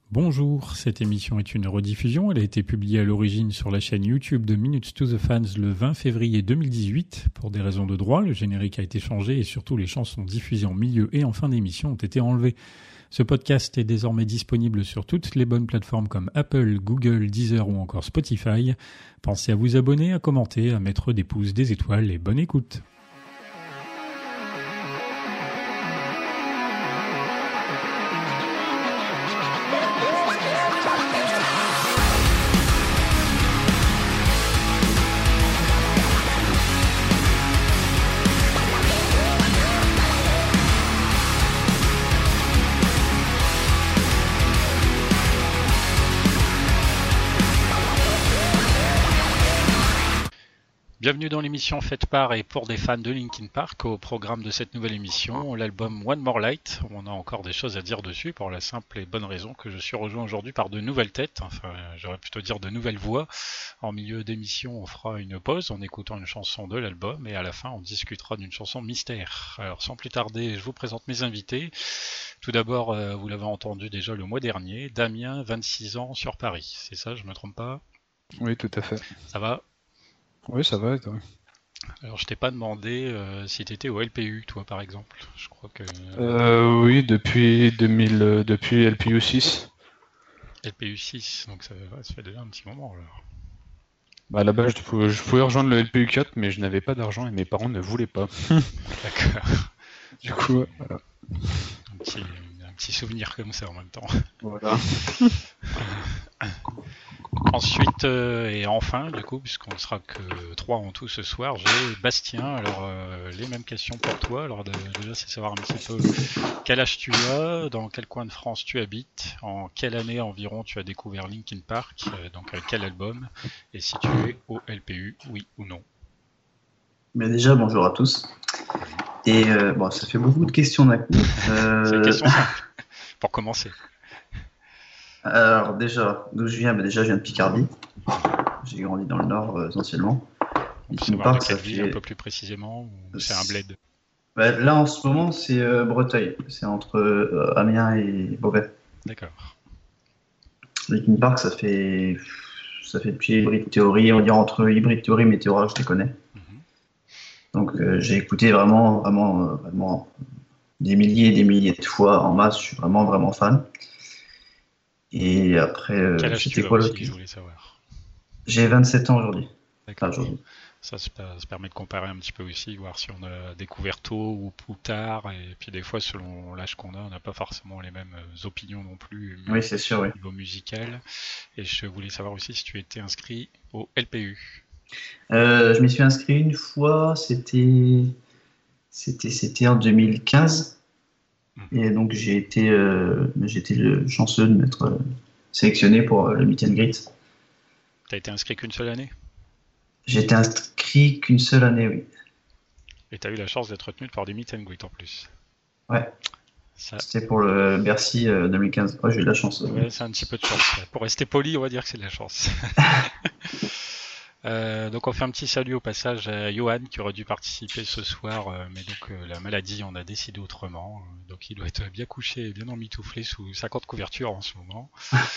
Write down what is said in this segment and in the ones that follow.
Bonjour, cette émission est une rediffusion. Elle a été publiée à l'origine sur la chaîne YouTube de Minutes to the Fans le 20 février 2018. Pour des raisons de droit, le générique a été changé et surtout les chansons diffusées en milieu et en fin d'émission ont été enlevées. Ce podcast est désormais disponible sur toutes les bonnes plateformes comme Apple, Google, Deezer ou encore Spotify. Pensez à vous abonner, à commenter, à mettre des pouces, des étoiles et bonne écoute. Bienvenue dans l'émission faite par et pour des fans de Linkin Park. Au programme de cette nouvelle émission, l'album One More Light. On a encore des choses à dire dessus pour la simple et bonne raison que je suis rejoint aujourd'hui par de nouvelles têtes, enfin j'aurais plutôt dire de nouvelles voix. En milieu d'émission, on fera une pause en écoutant une chanson de l'album et à la fin on discutera d'une chanson mystère. Alors sans plus tarder, je vous présente mes invités. Tout d'abord, vous l'avez entendu déjà le mois dernier, Damien, 26 ans, sur Paris. C'est ça, je me trompe pas? Oui, tout à fait. Ça va? Oui, ça va. Toi. Alors, je t'ai pas demandé si tu étais au LPU, toi, par exemple. Je crois que. Oui, depuis 2000, depuis LPU 6. LPU 6, donc ça fait déjà un petit moment alors. Bah, là-bas, je pouvais rejoindre le LPU 4, mais je n'avais pas d'argent et mes parents ne voulaient pas. D'accord. Du coup, voilà. Un petit souvenir comme ça en même temps. Voilà. Ensuite, et enfin, du coup, puisqu'on ne sera que 3 en tout ce soir, j'ai Bastien. Alors, les mêmes questions pour toi. Alors, déjà, c'est savoir un petit peu quel âge tu as, dans quel coin de France tu habites, en quelle année environ tu as découvert Linkin Park, donc avec quel album, et si tu es au LPU, oui ou non. Mais déjà, bonjour à tous. Et bon, ça fait beaucoup de questions d'un coup. C'est une question simple, pour commencer. Alors déjà, d'où je viens? Déjà, je viens de Picardie. J'ai grandi dans le Nord essentiellement. Linkin Park, ça fait un peu plus précisément, ou c'est un bled? Là, en ce moment, c'est Breteuil. C'est entre Amiens et Beauvais. D'accord. Linkin Park, ça fait depuis Hybrid Theory, on dirait entre Hybrid Theory et Meteora, je les connais. Donc j'ai écouté vraiment des milliers et des milliers de fois en masse. Je suis vraiment fan. Et après, quel âge tu as aussi, je voulais savoir. J'ai 27 ans aujourd'hui. D'accord. Ça se permet de comparer un petit peu aussi, voir si on a découvert tôt ou tard. Et puis des fois, selon l'âge qu'on a, on n'a pas forcément les mêmes opinions non plus. Oui, c'est sûr, oui. Au niveau musical. Et je voulais savoir aussi si tu étais inscrit au LPU. Je m'y suis inscrit une fois, c'était en 2015. Et donc j'ai été chanceux de m'être sélectionné pour le meet and greet. T'as été inscrit qu'une seule année? J'ai été inscrit qu'une seule année, oui. Et t'as eu la chance d'être retenu par des meet and greet en plus. Ouais. C'était pour le Bercy 2015. Ouais, j'ai eu de la chance. Ouais, c'est un petit peu de chance. Pour rester poli, on va dire que c'est de la chance. Donc on fait un petit salut au passage à Johan qui aurait dû participer ce soir, mais donc la maladie on a décidé autrement, donc il doit être bien couché et bien emmitouflé sous 50 couvertures en ce moment.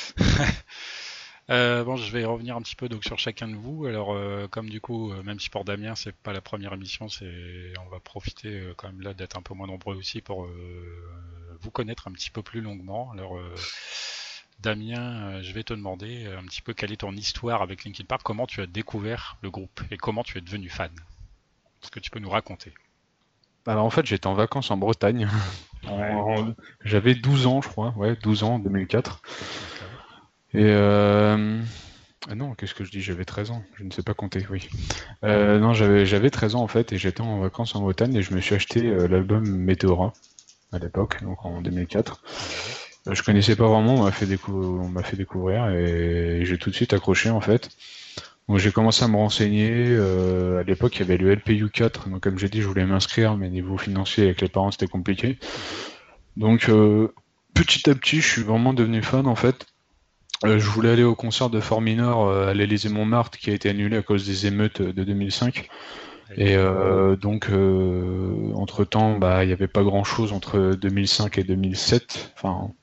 Bon, je vais revenir un petit peu donc sur chacun de vous. Alors comme du coup, même si pour Damien c'est pas la première émission, on va profiter quand même là d'être un peu moins nombreux aussi pour vous connaître un petit peu plus longuement. Alors Damien, je vais te demander un petit peu quelle est ton histoire avec Linkin Park, comment tu as découvert le groupe et comment tu es devenu fan. Est-ce que tu peux nous raconter? Alors en fait, j'étais en vacances en Bretagne. J'avais 12 ans, je crois. Ouais, 12 ans en 2004. Et ah non, qu'est-ce que je dis? J'avais 13 ans. Je ne sais pas compter, oui. Non, j'avais 13 ans en fait et j'étais en vacances en Bretagne et je me suis acheté l'album Meteora à l'époque, donc en 2004. Je connaissais pas vraiment, on m'a fait découvrir et j'ai tout de suite accroché en fait. Donc j'ai commencé à me renseigner. À l'époque, il y avait le LPU 4, donc comme j'ai dit, je voulais m'inscrire, mais niveau financier avec les parents, c'était compliqué. Donc petit à petit, je suis vraiment devenu fan en fait. Je voulais aller au concert de Fort Minor à l'Élysée-Montmartre qui a été annulé à cause des émeutes de 2005. Et donc, entre-temps, il n'y avait pas grand-chose entre 2005 et 2007. Enfin,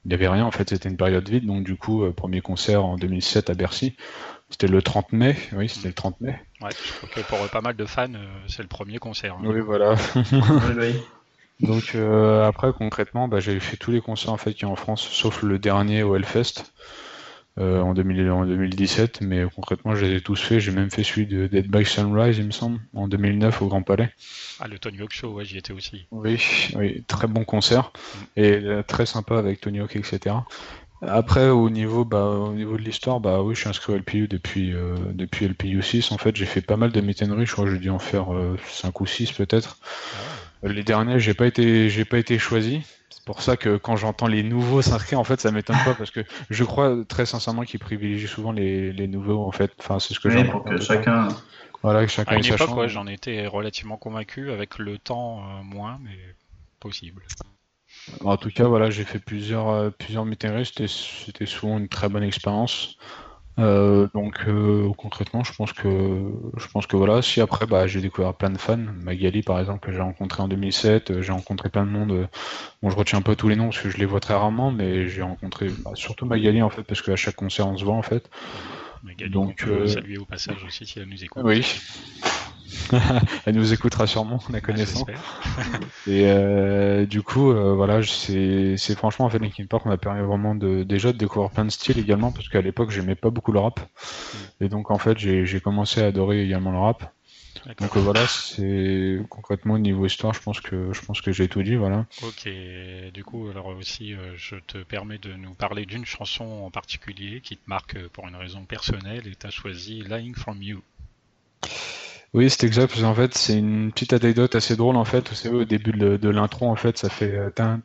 il y avait rien en fait, c'était une période vide, donc du coup, premier concert en 2007 à Bercy. C'était le 30 mai, oui, c'était le 30 mai. Ouais, je crois que pour pas mal de fans, c'est le premier concert. Hein. Oui, voilà. Oui. Donc après, concrètement, j'avais fait tous les concerts en fait qu'il y a en France, sauf le dernier au Hellfest en 2017, mais concrètement, je les ai tous faits. J'ai même fait celui de Dead by Sunrise, il me semble, en 2009 au Grand Palais. Ah, le Tony Hawk Show, ouais, j'y étais aussi. Oui, très bon concert et très sympa avec Tony Hawk, etc. Après, au niveau de l'histoire, oui, je suis inscrit au LPU depuis LPU 6. En fait, j'ai fait pas mal de meet and greet, je crois que j'ai dû en faire 5 ou 6 peut-être. Les derniers, j'ai pas été choisi. C'est pour ça que quand j'entends les nouveaux s'inscrire, en fait, ça m'étonne pas parce que je crois très sincèrement qu'ils privilégient souvent les nouveaux, en fait. Enfin, c'est ce que j'ai pour que chacun. Voilà, que chacun à une ait sa époque, chance. ouais, j'en étais relativement convaincu. Avec le temps, moins, mais possible. En tout cas, voilà, j'ai fait plusieurs meet and greet. C'était souvent une très bonne expérience. Donc concrètement, je pense que voilà. Si après, j'ai découvert plein de fans. Magali, par exemple, que j'ai rencontré en 2007. J'ai rencontré plein de monde. Bon, je retiens pas tous les noms parce que je les vois très rarement, mais j'ai rencontré surtout Magali en fait, parce qu'à chaque concert on se voit en fait. Magali, donc saluer au passage aussi si elle nous écoute. Oui. Elle nous écoutera sûrement, la connaissant. Et du coup, voilà, c'est franchement en fait Linkin Park m'a permis vraiment déjà de découvrir plein de styles également, parce qu'à l'époque j'aimais pas beaucoup le rap, et donc en fait j'ai commencé à adorer également le rap. Donc voilà, c'est concrètement au niveau histoire, je pense que j'ai tout dit, voilà. Ok, du coup alors aussi je te permets de nous parler d'une chanson en particulier qui te marque pour une raison personnelle, et tu as choisi Lying From You. Oui, c'est exact, parce qu'en fait, c'est une petite anecdote assez drôle, en fait. Vous savez, au début de l'intro, en fait, ça fait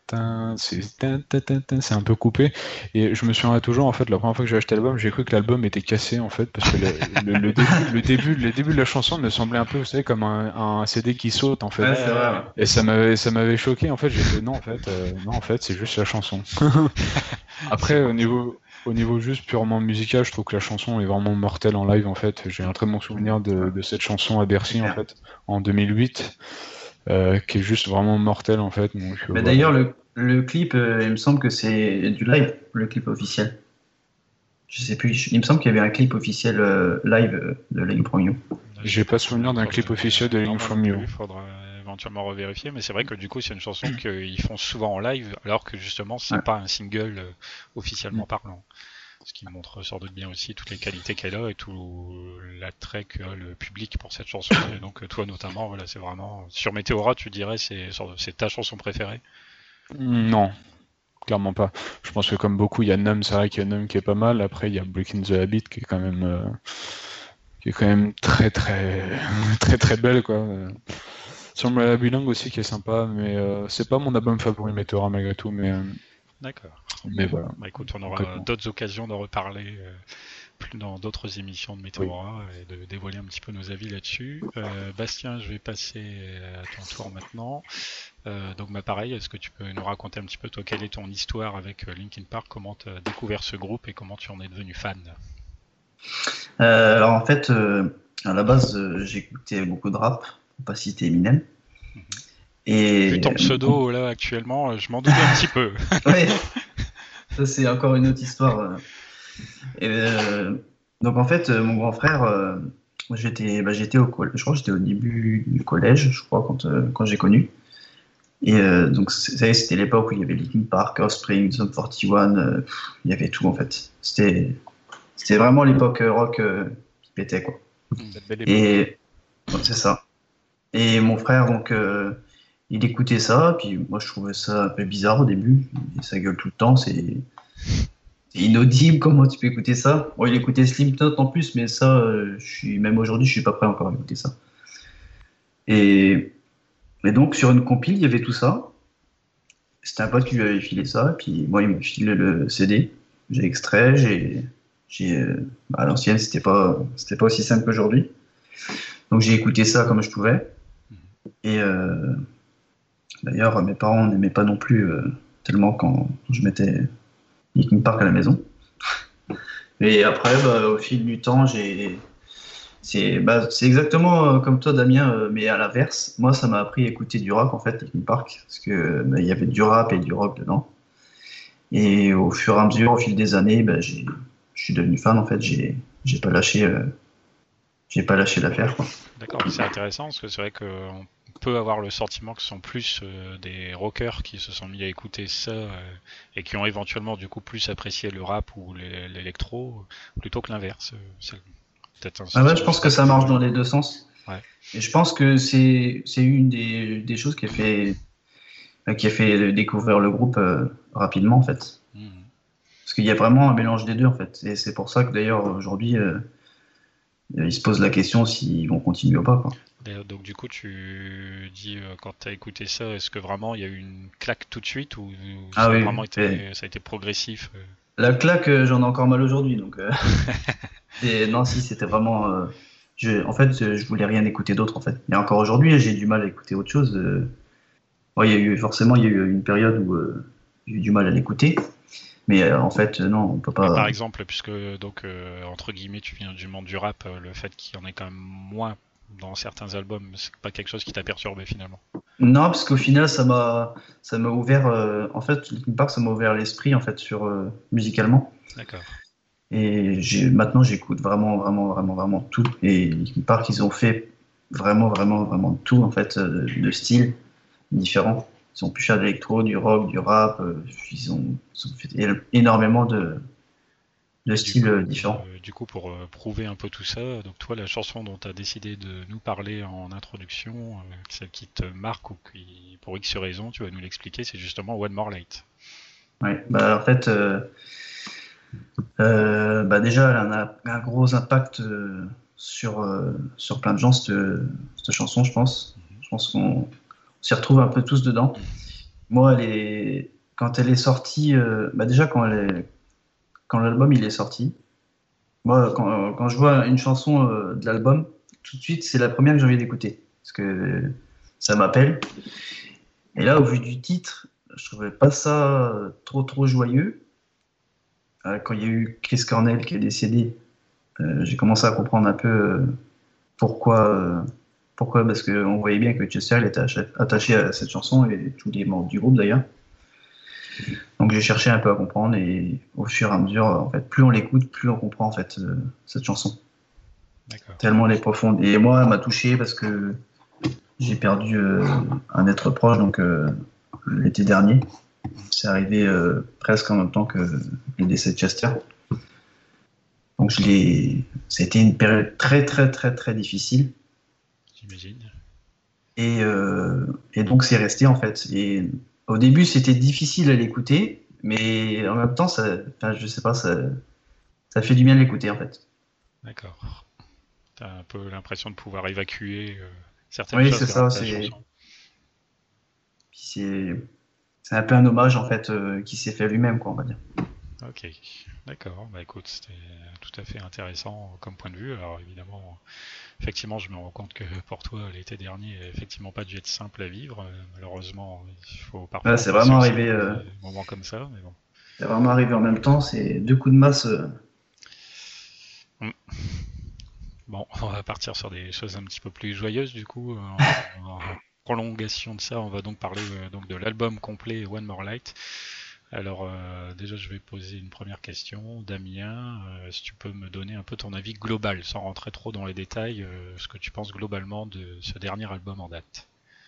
c'est un peu coupé. Et je me souviens toujours, en fait, la première fois que j'ai acheté l'album, j'ai cru que l'album était cassé, en fait, parce que le début de la chanson me semblait un peu, vous savez, comme un CD qui saute, en fait. Ouais, c'est vrai. Et ça m'avait choqué, en fait. J'ai fait, non, en fait, c'est juste la chanson. Après, au niveau juste purement musical, je trouve que la chanson est vraiment mortelle en live en fait. J'ai un très bon souvenir de cette chanson à Bercy en fait, en 2008, qui est juste vraiment mortelle en fait. Donc, mais d'ailleurs, le clip, il me semble que c'est du live, le clip officiel. Je sais plus, il me semble qu'il y avait un clip officiel live de Lying From You. J'ai pas souvenir d'un clip officiel de Lying From You. Il faudra éventuellement revérifier, mais c'est vrai que du coup c'est une chanson qu'ils font souvent en live, alors que justement c'est pas un single officiellement parlant. Ce qui montre sans doute bien aussi toutes les qualités qu'elle a et tout l'attrait qu'a le public pour cette chanson. Et donc toi notamment, voilà, c'est vraiment sur Meteora, tu dirais c'est ta chanson préférée? Non, clairement pas. Je pense que comme beaucoup, il y a Numb, c'est vrai qu'il y a Numb qui est pas mal. Après, il y a Breaking the Habit qui est quand même très très très très belle quoi. Somewhere Belong aussi qui est sympa, mais c'est pas mon album favori Meteora malgré tout, mais d'accord. Mais voilà. Écoute, on aura d'autres occasions d'en reparler plus dans d'autres émissions de Meteora et de dévoiler un petit peu nos avis là-dessus. Bastien, je vais passer à ton tour maintenant. Donc pareil, est-ce que tu peux nous raconter un petit peu toi quelle est ton histoire avec Linkin Park, comment tu as découvert ce groupe et comment tu en es devenu fan? Alors en fait, à la base, j'écoutais beaucoup de rap, pour pas citer Eminem. Et vu ton pseudo là actuellement, je m'en doutais un petit peu. Ouais, ça c'est encore une autre histoire. Donc en fait, mon grand frère, j'étais au collège, je crois que j'étais au début du collège, je crois, quand j'ai connu. Et donc c'était l'époque où il y avait Linkin Park, Offspring, Sum 41, il y avait tout en fait. C'était vraiment l'époque rock qui pétait quoi. Et c'est ça. Et mon frère donc il écoutait ça, puis moi je trouvais ça un peu bizarre au début. Ça gueule tout le temps, c'est inaudible, comment tu peux écouter ça? Bon, il écoutait Slipknot en plus, mais ça, même aujourd'hui, je suis pas prêt encore à écouter ça. Et donc, sur une compile, il y avait tout ça. C'était un pote qui lui avait filé ça, puis moi, il m'a filé le CD. J'ai extrait, à l'ancienne, c'était pas aussi simple qu'aujourd'hui. Donc, j'ai écouté ça comme je pouvais. Et d'ailleurs, mes parents n'aimaient pas non plus tellement quand je mettais Linkin Park à la maison. Et après, au fil du temps, c'est exactement comme toi, Damien, mais à l'inverse. Moi, ça m'a appris à écouter du rock, en fait, Linkin Park, parce que il y avait du rap et du rock dedans. Et au fur et à mesure, au fil des années, je suis devenu fan en fait. J'ai pas lâché l'affaire, quoi. D'accord, mais c'est intéressant parce que c'est vrai qu'on peut avoir le sentiment que ce sont plus des rockers qui se sont mis à écouter ça et qui ont éventuellement du coup plus apprécié le rap ou l'électro plutôt que l'inverse. C'est peut-être un Ah ouais, je pense que ça marche dans les deux sens. Ouais. Et je pense que c'est une des choses qui a fait découvrir le groupe rapidement en fait. Parce qu'il y a vraiment un mélange des deux en fait. Et c'est pour ça que d'ailleurs aujourd'hui ils se posent la question s'ils vont continuer ou pas, quoi. Donc du coup tu dis quand tu as écouté ça, est-ce que vraiment il y a eu une claque tout de suite ou ça a vraiment ça a été progressif La claque, j'en ai encore mal aujourd'hui, donc non, si c'était vraiment en fait je voulais rien écouter d'autre en fait. Et encore aujourd'hui j'ai du mal à écouter autre chose. Il y a eu une période où j'ai eu du mal à l'écouter. Mais en fait, non, on peut pas. Mais par exemple, puisque donc entre guillemets, tu viens du monde du rap, le fait qu'il y en ait quand même moins dans certains albums, c'est pas quelque chose qui t'a perturbé finalement. Non, parce qu'au final, ça m'a ouvert. En fait, Linkin Park, ça m'a ouvert l'esprit en fait sur musicalement. D'accord. Et maintenant, j'écoute vraiment tout. Et Linkin Park, ils ont fait vraiment tout en fait de styles différents. Ils ont pu faire de l'électro, du rock, du rap. Ils ont fait énormément de styles différents. Du coup, pour prouver un peu tout ça, donc toi, la chanson dont tu as décidé de nous parler en introduction, celle qui te marque ou qui, pour X raison, tu vas nous l'expliquer, c'est justement One More Light. Ouais, en fait, déjà, elle a un gros impact sur plein de gens, cette chanson, je pense. Je pense qu'on s'y retrouve un peu tous dedans. Moi, quand elle est sortie, déjà quand l'album il est sorti, moi quand je vois une chanson de l'album, tout de suite c'est la première que j'ai envie d'écouter parce que ça m'appelle. Et là, au vu du titre, je trouvais pas ça trop joyeux. Quand il y a eu Chris Cornell qui est décédé, j'ai commencé à comprendre un peu pourquoi, parce qu'on voyait bien que Chester était attaché à cette chanson et tous les membres du groupe d'ailleurs. Donc j'ai cherché un peu à comprendre et au fur et à mesure, en fait, plus on l'écoute, plus on comprend en fait cette chanson. D'accord. Tellement elle est profonde. Et moi, elle m'a touché parce que j'ai perdu un être proche donc l'été dernier. C'est arrivé presque en même temps que le décès de Chester. Donc ça a été une période très difficile. J'imagine. Et donc c'est resté en fait. Et au début c'était difficile à l'écouter, mais en même temps je sais pas, ça fait du bien de l'écouter en fait. D'accord. T'as un peu l'impression de pouvoir évacuer certaines choses. Oui, c'est ça. C'est un peu un hommage en fait qui s'est fait à lui-même, quoi, on va dire. Ok, d'accord. Bah écoute, c'était tout à fait intéressant comme point de vue. Alors évidemment, effectivement, je me rends compte que pour toi, l'été dernier, effectivement pas dû être simple à vivre. Malheureusement, il faut parfois. C'est vraiment arrivé. Des moments comme ça, mais bon. C'est vraiment arrivé en même temps. C'est deux coups de masse. Bon, on va partir sur des choses un petit peu plus joyeuses du coup. En prolongation de ça, on va donc parler donc de l'album complet One More Light. Alors déjà je vais poser une première question. Damien, si tu peux me donner un peu ton avis global, sans rentrer trop dans les détails, ce que tu penses globalement de ce dernier album en date.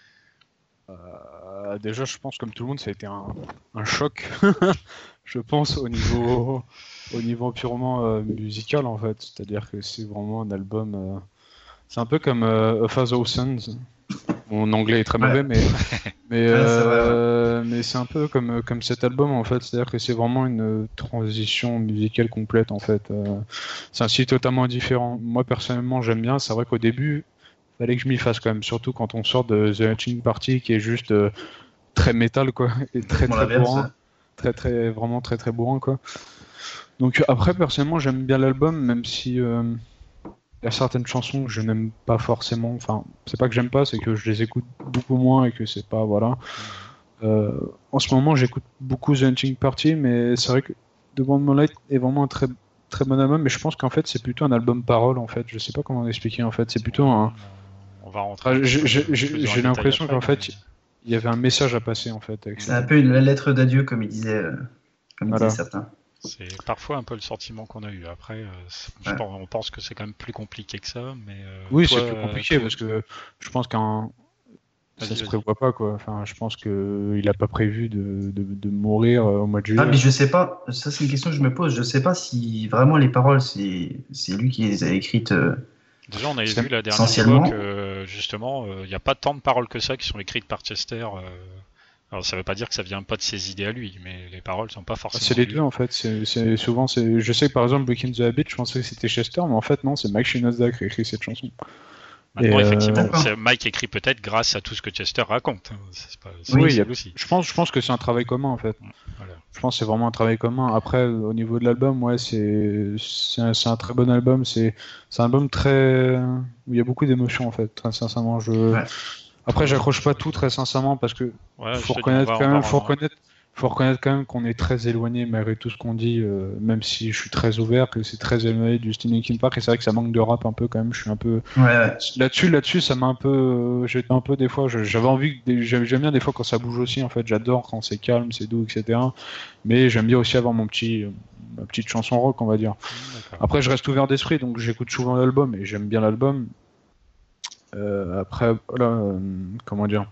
Déjà je pense comme tout le monde ça a été un choc, je pense au niveau purement musical en fait, c'est-à-dire que c'est vraiment un album, c'est un peu comme A Thousand Suns. Mon anglais est très mauvais, mais c'est un peu comme cet album en fait, c'est-à-dire que c'est vraiment une transition musicale complète en fait. C'est un style totalement différent. Moi personnellement j'aime bien. C'est vrai qu'au début fallait que je m'y fasse quand même, surtout quand on sort de The Hatching Party qui est juste très métal quoi, et très bourrin, vraiment très bourrin quoi. Donc après personnellement j'aime bien l'album, même si il y a certaines chansons que je n'aime pas forcément, enfin c'est pas que j'aime pas, c'est que je les écoute beaucoup moins et que c'est pas, voilà. En ce moment j'écoute beaucoup The Hunting Party, mais c'est vrai que The One More Light est vraiment un très bon album, mais je pense qu'en fait c'est plutôt un album parole en fait, je sais pas comment expliquer en fait, c'est plutôt un... On va rentrer. J'ai l'impression qu'en fait il y avait un message à passer en fait. C'est un peu une lettre d'adieu comme il disait comme Voilà. disaient certains. C'est parfois un peu le sentiment qu'on a eu. Après, on pense que c'est quand même plus compliqué que ça, mais Oui, toi, c'est plus compliqué parce que je pense ça se prévoit pas, quoi. Enfin, je pense qu'il a pas prévu de mourir au mois de juillet. Ah, mais je sais pas, ça c'est une question que je me pose, je sais pas si vraiment les paroles, c'est lui qui les a écrites. Déjà, on avait C'est vu la dernière essentiellement- fois que justement, il n'y a pas tant de paroles que ça qui sont écrites par Chester. Alors, ça veut pas dire que ça vient pas de ses idées à lui, mais les paroles sont pas forcément. C'est les lui. deux en fait. C'est souvent, je sais que par exemple Breaking the Habit, je pensais que c'était Chester, mais en fait non, c'est Mike Shinoda qui a écrit cette chanson. Maintenant, effectivement, D'accord. Mike écrit peut-être grâce à tout ce que Chester raconte. Hein. C'est Oui, possible aussi. Je pense que c'est un travail commun en fait. Voilà. Je pense que c'est vraiment un travail commun. Après, au niveau de l'album, ouais, c'est un très bon album. C'est un album très où il y a beaucoup d'émotions en fait. Très sincèrement, Ouais. Après, j'accroche pas tout très sincèrement parce que Ouais, faut je te dis, faut reconnaître quand même qu'on est très éloigné malgré tout ce qu'on dit, même si je suis très ouvert, que c'est très éloigné du style Linkin Park, et c'est vrai que ça manque de rap un peu quand même. Je suis un peu Ouais. là-dessus, ça m'a un peu, j'étais un peu des fois, j'avais envie, j'aime bien des fois quand ça bouge aussi en fait. J'adore quand c'est calme, c'est doux, etc. Mais j'aime bien aussi avoir ma petite chanson rock, on va dire. D'accord. Après, je reste ouvert d'esprit, donc j'écoute souvent l'album et j'aime bien l'album. Après, voilà, comment dire.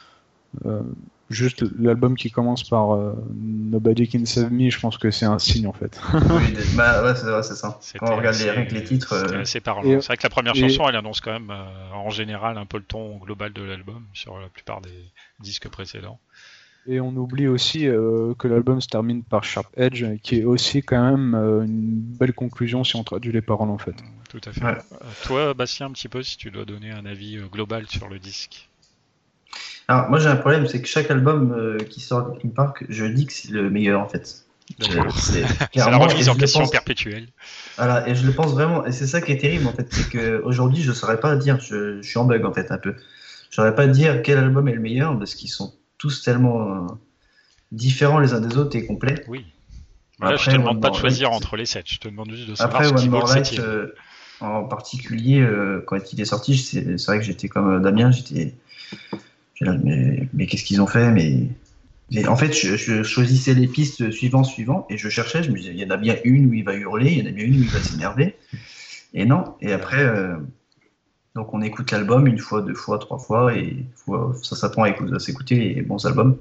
Juste l'album qui commence par Nobody Can Save Me, je pense que c'est un signe en fait. Oui, ouais, c'est ça. C'était Quand on regarde assez- rien que les titres. C'était assez parlant. Et- C'est vrai que la première et- chanson, elle annonce quand même en général un peu le ton global de l'album sur la plupart des disques précédents. Et on oublie aussi que l'album se termine par Sharp Edge, qui est aussi quand même une belle conclusion si on traduit les paroles en fait. Tout à fait. Ouais. Toi, Bastien, un petit peu, si tu dois donner un avis global sur le disque. Alors, moi j'ai un problème, c'est que chaque album qui sort de Linkin Park, je dis que c'est le meilleur en fait. D'accord. C'est C'est la clairement, remise et en je le question pense- perpétuelle. Voilà, et je le pense vraiment, et c'est ça qui est terrible en fait, c'est qu'aujourd'hui je saurais pas dire, je suis en bug en fait un peu. Je saurais pas dire quel album est le meilleur parce qu'ils sont tous tellement différents les uns des autres et complets. Oui. Mais là, je Après, te demande One pas de More choisir Light, entre les 7. Je te demande juste de savoir Après ce qui One vaut le More Light, 7e. en particulier, quand il est sorti, c'est vrai que j'étais comme Damien, j'étais là, mais qu'est-ce qu'ils ont fait, mais en fait, je choisissais les pistes suivant, et je cherchais, je me disais, il y en a bien une où il va hurler, il y en a bien une où il va s'énerver, et non, et après, donc on écoute l'album une fois, deux fois, trois fois, et ça s'apprend à s'écouter les bons albums.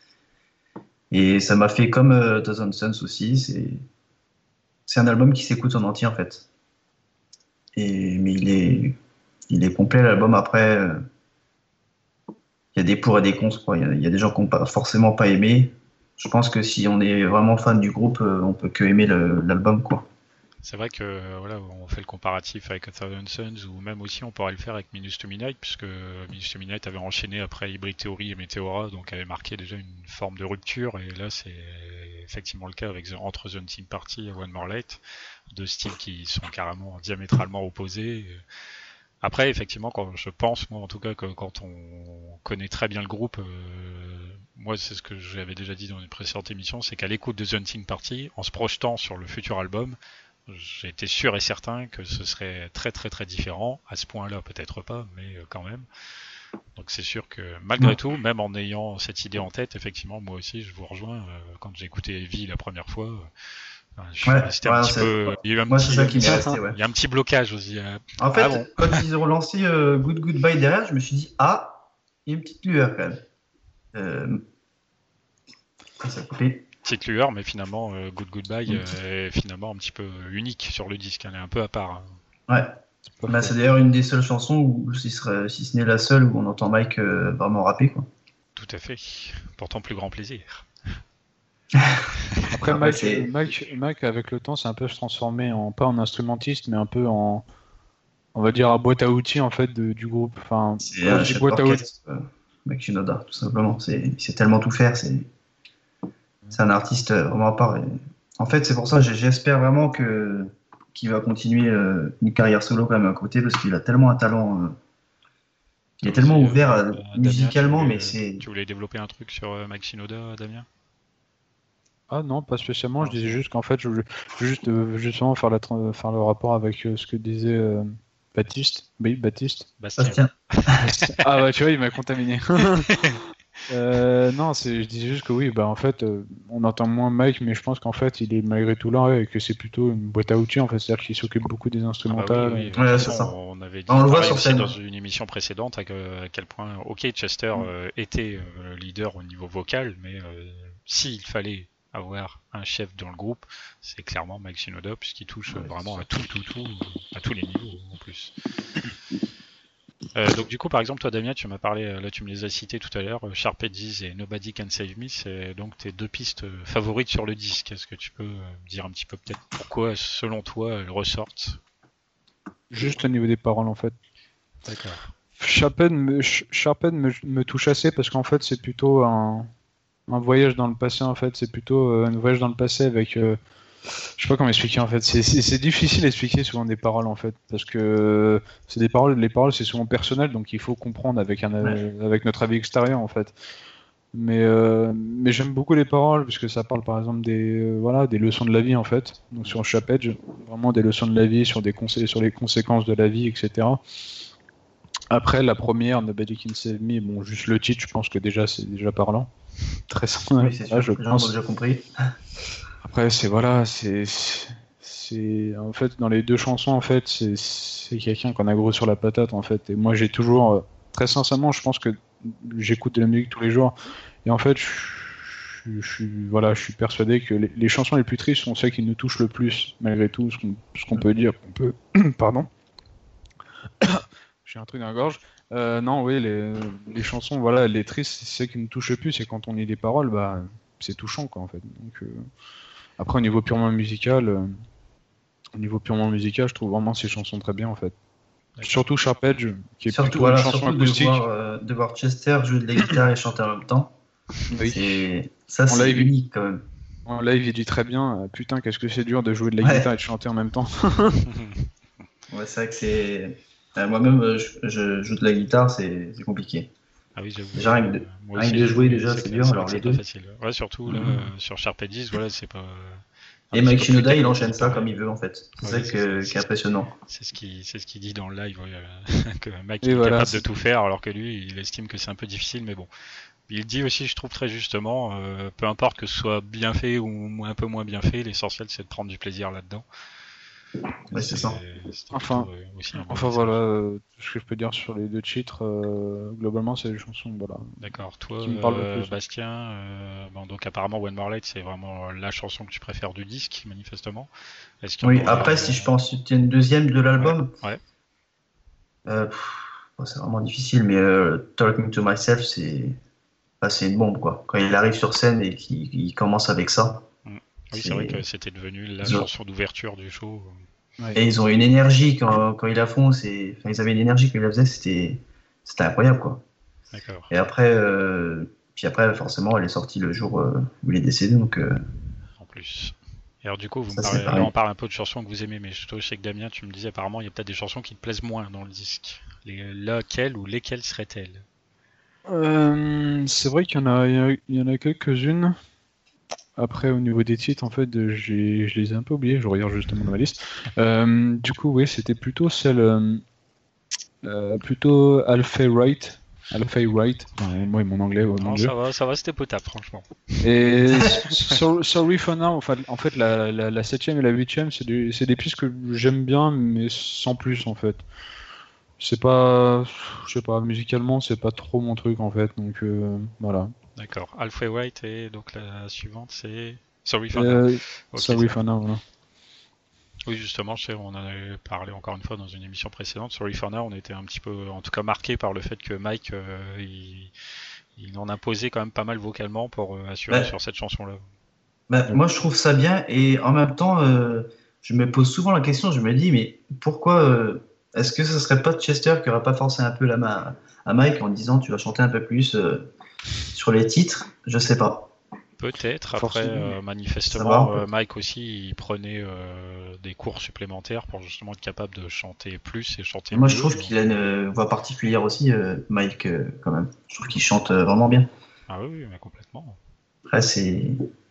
Et ça m'a fait comme Thousand Suns aussi, c'est un album qui s'écoute en entier en fait. Mais il est complet l'album. Après, il y a des pour et des contre, quoi. Il y a des gens qui n'ont pas forcément pas aimé. Je pense que si on est vraiment fan du groupe, on peut que aimer l'album, quoi. C'est vrai que voilà, on fait le comparatif avec A Thousand Suns ou même aussi on pourrait le faire avec Minus to Midnight puisque Minus to Midnight avait enchaîné après Hybrid Theory et Meteora donc avait marqué déjà une forme de rupture et là c'est effectivement le cas avec entre The Hunting Party et One More Light, deux styles qui sont carrément diamétralement opposés. Après effectivement quand je pense moi en tout cas que quand on connaît très bien le groupe, moi c'est ce que j'avais déjà dit dans une précédente émission, c'est qu'à l'écoute de The Hunting Party, en se projetant sur le futur album, j'étais sûr et certain que ce serait très très très différent, à ce point-là peut-être pas, mais quand même. Donc c'est sûr que malgré tout, même en ayant cette idée en tête, effectivement moi aussi je vous rejoins, quand j'ai écouté Heavy la première fois, je suis resté un petit peu... Il y a eu un Moi, petit... c'est ça qui m'est resté, ouais. Il y a un petit blocage aussi. En fait, bon. quand ils ont lancé Good Goodbye derrière, je me suis dit, ah, il y a une petite lueur quand même. Ça a coupé. Petite lueur, mais finalement, Good Goodbye est finalement un petit peu unique sur le disque, elle est un peu à part. Ouais. Bah, c'est d'ailleurs une des seules chansons où, si ce n'est la seule, où on entend Mike vraiment rapper, quoi. Tout à fait. Pourtant, plus grand plaisir. Après, Après, Mike, avec le temps, c'est un peu se transformer pas en instrumentiste, mais un peu en, on va dire, à boîte à outils en fait du groupe. Enfin, c'est un chef d'orchestre, Mike Shinoda, tout simplement. Il sait tellement tout faire. C'est un artiste vraiment à part. Et en fait, c'est pour ça que j'espère vraiment qu'il va continuer une carrière solo quand même à côté, parce qu'il a tellement un talent. Il est tellement ouvert musicalement, Damien, mais c'est. Tu voulais développer un truc sur Mike Shinoda, Damien? Ah non, pas spécialement. Je disais juste qu'en fait, je voulais juste justement faire le rapport avec ce que disait Baptiste. Oui, Baptiste. Bastien. Bastien. Ah ouais, tu vois, il m'a contaminé. Non, je disais juste que oui, bah en fait, on entend moins Mike, mais je pense qu'en fait, il est malgré tout là et que c'est plutôt une boîte à outils en fait, c'est-à-dire qu'il s'occupe beaucoup des Ah bah instrumentales. oui. De toute Ouais, c'est façon, ça. on avait On dit le voit pareil sur aussi scène. dans une émission précédente à quel point, ok, Chester était leader au niveau vocal, mais s'il fallait avoir un chef dans le groupe, c'est clairement Mike Shinoda, puisqu'il touche Ouais, vraiment c'est à tout, à tous les niveaux en plus. Donc du coup, par exemple, toi, Damien, tu m'as parlé, là, tu me les as cités tout à l'heure, Sharp Edges et Nobody Can Save Me, c'est donc tes deux pistes favorites sur le disque. Est-ce que tu peux me dire un petit peu peut-être pourquoi, selon toi, elles ressortent? Juste au niveau des paroles en fait. D'accord. Sharped me touche assez parce qu'en fait, c'est plutôt un voyage dans le passé en fait, c'est plutôt un voyage dans le passé avec je sais pas comment expliquer en fait. C'est difficile à expliquer souvent des paroles en fait, parce que c'est des paroles. Les paroles c'est souvent personnel, donc il faut comprendre avec avec notre avis extérieur en fait. Mais j'aime beaucoup les paroles parce que ça parle par exemple voilà des leçons de la vie en fait. Donc sur Chapage, vraiment des leçons de la vie, sur sur les conséquences de la vie, etc. Après la première, Nobody Can Save Me, bon juste le titre, je pense que déjà c'est déjà parlant. Très simple. Oui, c'est sûr. Je Les gens ont pense. déjà compris. Après, c'est en fait dans les deux chansons en fait, c'est quelqu'un qu'on a gros sur la patate en fait. Et moi, j'ai toujours très sincèrement, je pense que j'écoute de la musique tous les jours et en fait, voilà, je suis persuadé que les chansons les plus tristes sont celles qui nous touchent le plus malgré tout, ce qu'on peut dire, pardon, j'ai un truc dans la gorge. Non, oui, les chansons, voilà, les tristes, c'est celles qui nous touchent le plus et quand on lit les paroles, bah, c'est touchant quoi en fait. Donc après, au niveau purement musical, je trouve vraiment ces chansons très bien en fait. D'accord. Surtout Sharp Edge, qui est Surtout, plutôt voilà, une chanson surtout acoustique. de voir Chester jouer de la guitare et chanter en même temps. Oui. Ça, c'est live, unique quand même. En live, il dit très bien, putain, qu'est-ce que c'est dur de jouer de la Ouais. guitare et de chanter en même temps. Ouais, c'est vrai que c'est. Moi-même, je joue de la guitare, c'est compliqué. Ah oui, j'avoue. Déjà, rien que de jouer, déjà, c'est dur. Alors, les deux. Pas facile. Ouais, surtout là, sur Sharp Edges, voilà, c'est pas. Et Mike Shinoda, il enchaîne ça comme il veut en fait. C'est ça qui est impressionnant. C'est ce qu'il dit dans le live, que Mike Et est voilà, capable de tout faire, alors que lui, il estime que c'est un peu difficile, mais bon. Il dit aussi, je trouve très justement, peu importe que ce soit bien fait ou un peu moins bien fait, l'essentiel c'est de prendre du plaisir là-dedans. Ouais, c'est ça. Enfin voilà, ce que je peux dire sur les deux titres, globalement, c'est les chansons, voilà. D'accord. Toi, qui me parlent le plus. Bastien, donc apparemment One More Light, c'est vraiment la chanson que tu préfères du disque, manifestement. Oui, après, si je peux en citer une deuxième de l'album, ouais. C'est vraiment difficile, mais Talking to Myself, c'est une bombe, quoi. Quand il arrive sur scène et qu'il commence avec ça. Oui, c'est vrai que c'était devenu la chanson d'ouverture du show. Et ils ont une énergie quand ils la font. Ils avaient une énergie quand ils la faisaient, c'était incroyable, quoi. D'accord. Et après, forcément, elle est sortie le jour où il est décédé, donc. En plus. Et alors du coup, là, on parle un peu de chansons que vous aimez, mais je sais que Damien, tu me disais apparemment, il y a peut-être des chansons qui te plaisent moins dans le disque. Laquelle ou lesquelles seraient-elles? C'est vrai qu'il y en a quelques-unes. Après, au niveau des titres, en fait, je les ai un peu oubliés. Je regarde justement dans ma liste. Du coup, oui, c'était plutôt celle, plutôt Alfie Wright. Moi et mon anglais. Non, ça va, c'était potable, franchement. Et Sorry for Now, en fait, la 7ème et la 8ème, c'est des pistes que j'aime bien, mais sans plus, en fait. C'est pas, je sais pas, musicalement, c'est pas trop mon truc, en fait, donc voilà. D'accord. Alfred White et donc la suivante c'est Sorry for Now. Sorry for Now, voilà. Oui, justement, on en avait parlé encore une fois dans une émission précédente. Sorry for Now, on était un petit peu, en tout cas, marqué par le fait que Mike, il en imposait quand même pas mal vocalement pour assurer sur cette chanson-là. Moi, je trouve ça bien et en même temps, je me pose souvent la question. Je me dis, mais pourquoi est-ce que ce serait pas Chester qui aurait pas forcé un peu la main à Mike en disant tu vas chanter un peu plus sur les titres? Je sais pas. Peut-être. Après, manifestement, Mike aussi, il prenait des cours supplémentaires pour justement être capable de chanter plus et chanter mieux. Moi, je trouve qu'il a une voix particulière aussi, Mike, quand même. Je trouve qu'il chante vraiment bien. Ah oui, mais complètement. Après, c'est...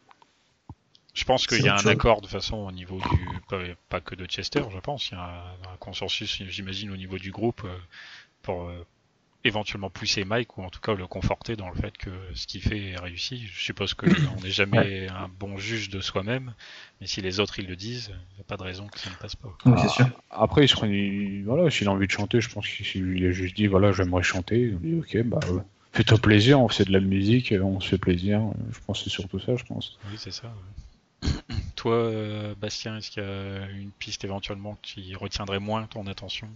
Je pense qu'il y a un accord de façon au niveau pas que de Chester, je pense. Il y a un consensus, j'imagine, au niveau du groupe pour éventuellement pousser Mike ou en tout cas le conforter dans le fait que ce qu'il fait est réussi. Je suppose que on n'est jamais un bon juge de soi-même, mais si les autres ils le disent, il n'y a pas de raison que ça ne passe pas. Oui, c'est sûr. Après, voilà, s'il a envie de chanter, je pense qu'il a juste dit voilà, j'aimerais chanter. Il dit ok, bah fais-toi plaisir, on fait de la musique, on se fait plaisir. Je pense que c'est surtout ça, je pense. Oui, c'est ça. Ouais. Toi, Bastien, est-ce qu'il y a une piste éventuellement qui retiendrait moins ton attention?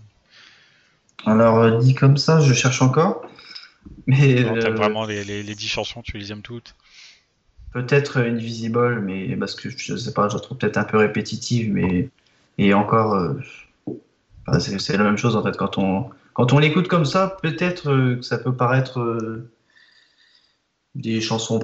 Alors, dit comme ça, je cherche encore. Mais T'aimes vraiment les 10 chansons, tu les aimes toutes? peut-être Invisible, mais parce que je sais pas, je la trouve peut-être un peu répétitive, mais et encore, c'est la même chose en fait. Quand on l'écoute comme ça, peut-être que ça peut paraître des chansons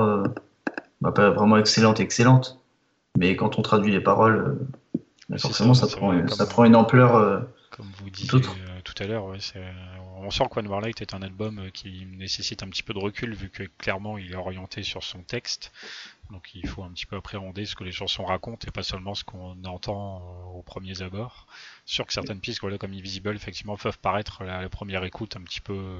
pas vraiment excellentes, mais quand on traduit les paroles, forcément ça prend une ampleur. Comme vous disiez tout à l'heure, ouais, on sent que One More Light est un album qui nécessite un petit peu de recul vu que clairement il est orienté sur son texte. Donc il faut un petit peu appréhender ce que les chansons racontent et pas seulement ce qu'on entend aux premiers abords. C'est sûr que certaines pistes, voilà, comme Invisible, effectivement, peuvent paraître à la première écoute un petit peu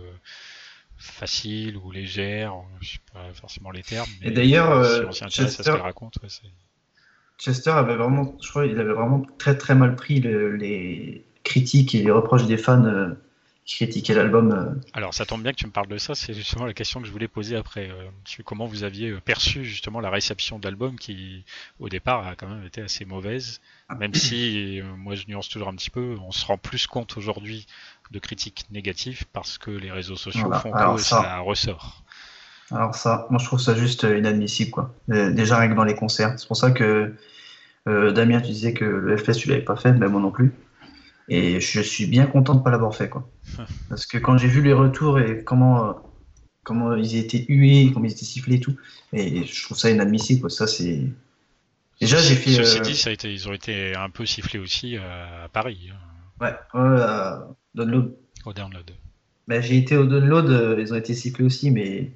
facile ou légère, je sais pas forcément les termes. Mais et d'ailleurs, si on s'y intéresse à ce qu'elle raconte, ouais, Chester avait vraiment, je crois, il avait vraiment très très mal pris les critiques et les reproches des fans qui critiquaient l'album. Alors ça tombe bien que tu me parles de ça, c'est justement la question que je voulais poser après. Comment vous aviez perçu justement la réception de l'album qui au départ a quand même été assez mauvaise, même si moi je nuance toujours un petit peu, on se rend plus compte aujourd'hui de critiques négatives parce que les réseaux sociaux font que ça ressort. Alors ça, moi je trouve ça juste inadmissible quoi. Déjà rien que dans les concerts. C'est pour ça que Damien, tu disais que le FS tu l'avais pas fait, mais moi non plus. Et je suis bien content de pas l'avoir fait quoi. Parce que quand j'ai vu les retours et comment ils étaient hués, comment ils étaient sifflés et tout, et je trouve ça inadmissible quoi. Ça c'est. Déjà j'ai fait. Ceci dit, ils ont été un peu sifflés aussi à Paris. Ouais, Download. Au Download. Ben, j'ai été au Download, ils ont été sifflés aussi, mais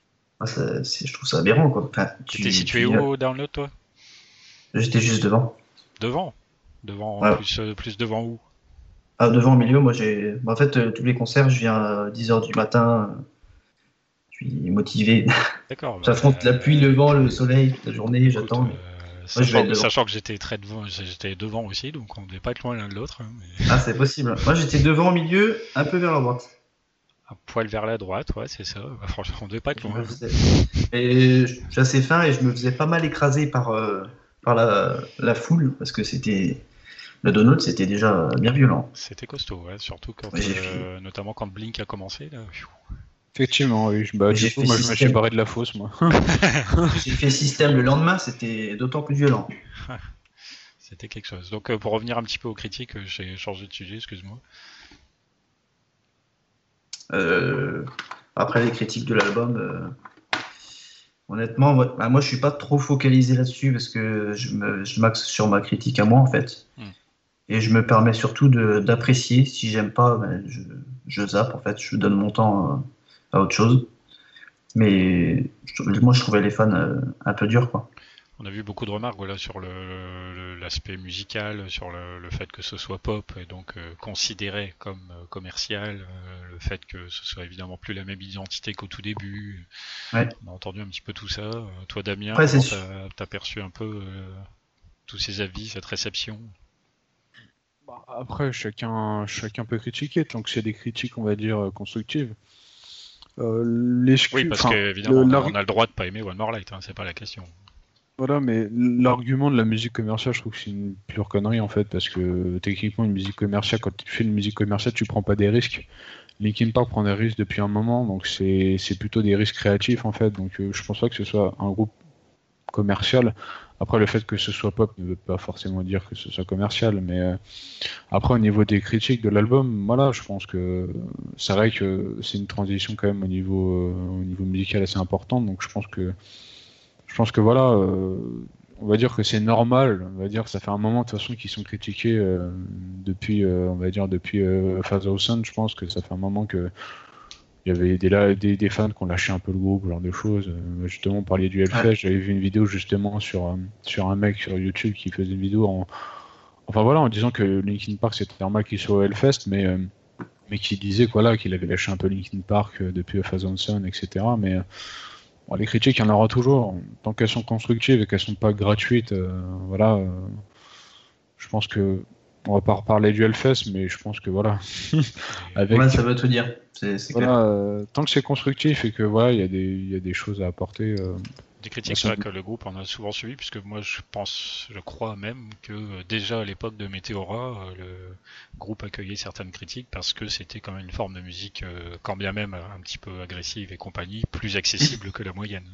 je trouve ça aberrant quoi. Enfin, tu étais situé où au Download toi? J'étais juste devant. Devant ouais. plus devant où? Ah, devant au milieu, moi en fait tous les concerts, je viens à 10h du matin, je suis motivé. D'accord. J'affronte la pluie, le vent, le soleil toute la journée, j'attends. Sachant que j'étais devant aussi, donc on ne devait pas être loin l'un de l'autre. Hein, mais... Ah, c'est possible. Moi j'étais devant au milieu, un peu vers la droite. Un poil vers la droite, ouais, c'est ça. Bah, franchement, on ne devait pas être loin. Et je suis assez fin et je me faisais pas mal écraser par la foule, parce que le Download, c'était déjà bien violent. C'était costaud, ouais, surtout quand, notamment quand Blink a commencé. Là. Effectivement, oui. Moi, je me suis barré de la fosse, moi. J'ai fait Système le lendemain, c'était d'autant plus violent. C'était quelque chose. Donc, pour revenir un petit peu aux critiques, j'ai changé de sujet, excuse-moi. Après les critiques de l'album, honnêtement, moi je suis pas trop focalisé là-dessus parce que je m'axe sur ma critique à moi en fait. Et je me permets surtout d'apprécier. Si j'aime pas, ben, je zappe en fait, je donne mon temps à autre chose. Mais moi je trouvais les fans un peu durs quoi. On a vu beaucoup de remarques voilà, sur l'aspect musical, sur le fait que ce soit pop et donc considéré comme commercial, le fait que ce soit évidemment plus la même identité qu'au tout début. Ouais. On a entendu un petit peu tout ça. Toi Damien, t'as perçu un peu tous ces avis, cette réception? Après, chacun peut critiquer, tant que c'est des critiques, on va dire, constructives. Oui, parce qu'évidemment, on a le droit de pas aimer One More Light, hein, c'est pas la question. Voilà, mais l'argument de la musique commerciale, je trouve que c'est une pure connerie en fait, parce que techniquement, une musique commerciale, quand tu fais une musique commerciale, tu prends pas des risques. Linkin Park prend des risques depuis un moment, donc c'est plutôt des risques créatifs en fait, donc je pense pas que ce soit un groupe commercial. Après, le fait que ce soit pop ne veut pas forcément dire que ce soit commercial, mais après, au niveau des critiques de l'album, voilà, je pense que c'est vrai que c'est une transition quand même au niveau musical assez importante, donc je pense que voilà, on va dire que c'est normal, on va dire que ça fait un moment de toute façon qu'ils sont critiqués depuis Father Son, je pense que ça fait un moment que il y avait des fans qui ont lâché un peu le groupe, ce genre de choses. Justement, on parlait du Hellfest, j'avais vu une vidéo justement sur un mec sur YouTube qui faisait une vidéo en disant que Linkin Park c'était normal qu'il soit au Hellfest, mais mais qui disait voilà, qu'il avait lâché un peu Linkin Park depuis A Thousand Sun, etc. Mais bon, les critiques, il y en aura toujours. Tant qu'elles sont constructives et qu'elles sont pas gratuites, voilà. Je pense que on va pas reparler du Hellfest, mais je pense que voilà. Ouais, ça veut tout dire. C'est voilà, clair. tant que c'est constructif et que voilà, il y a des choses à apporter. Des critiques, c'est vrai que le groupe en a souvent suivi, puisque moi je crois même que déjà à l'époque de Meteora, le groupe accueillait certaines critiques parce que c'était quand même une forme de musique, quand bien même un petit peu agressive et compagnie, plus accessible que la moyenne.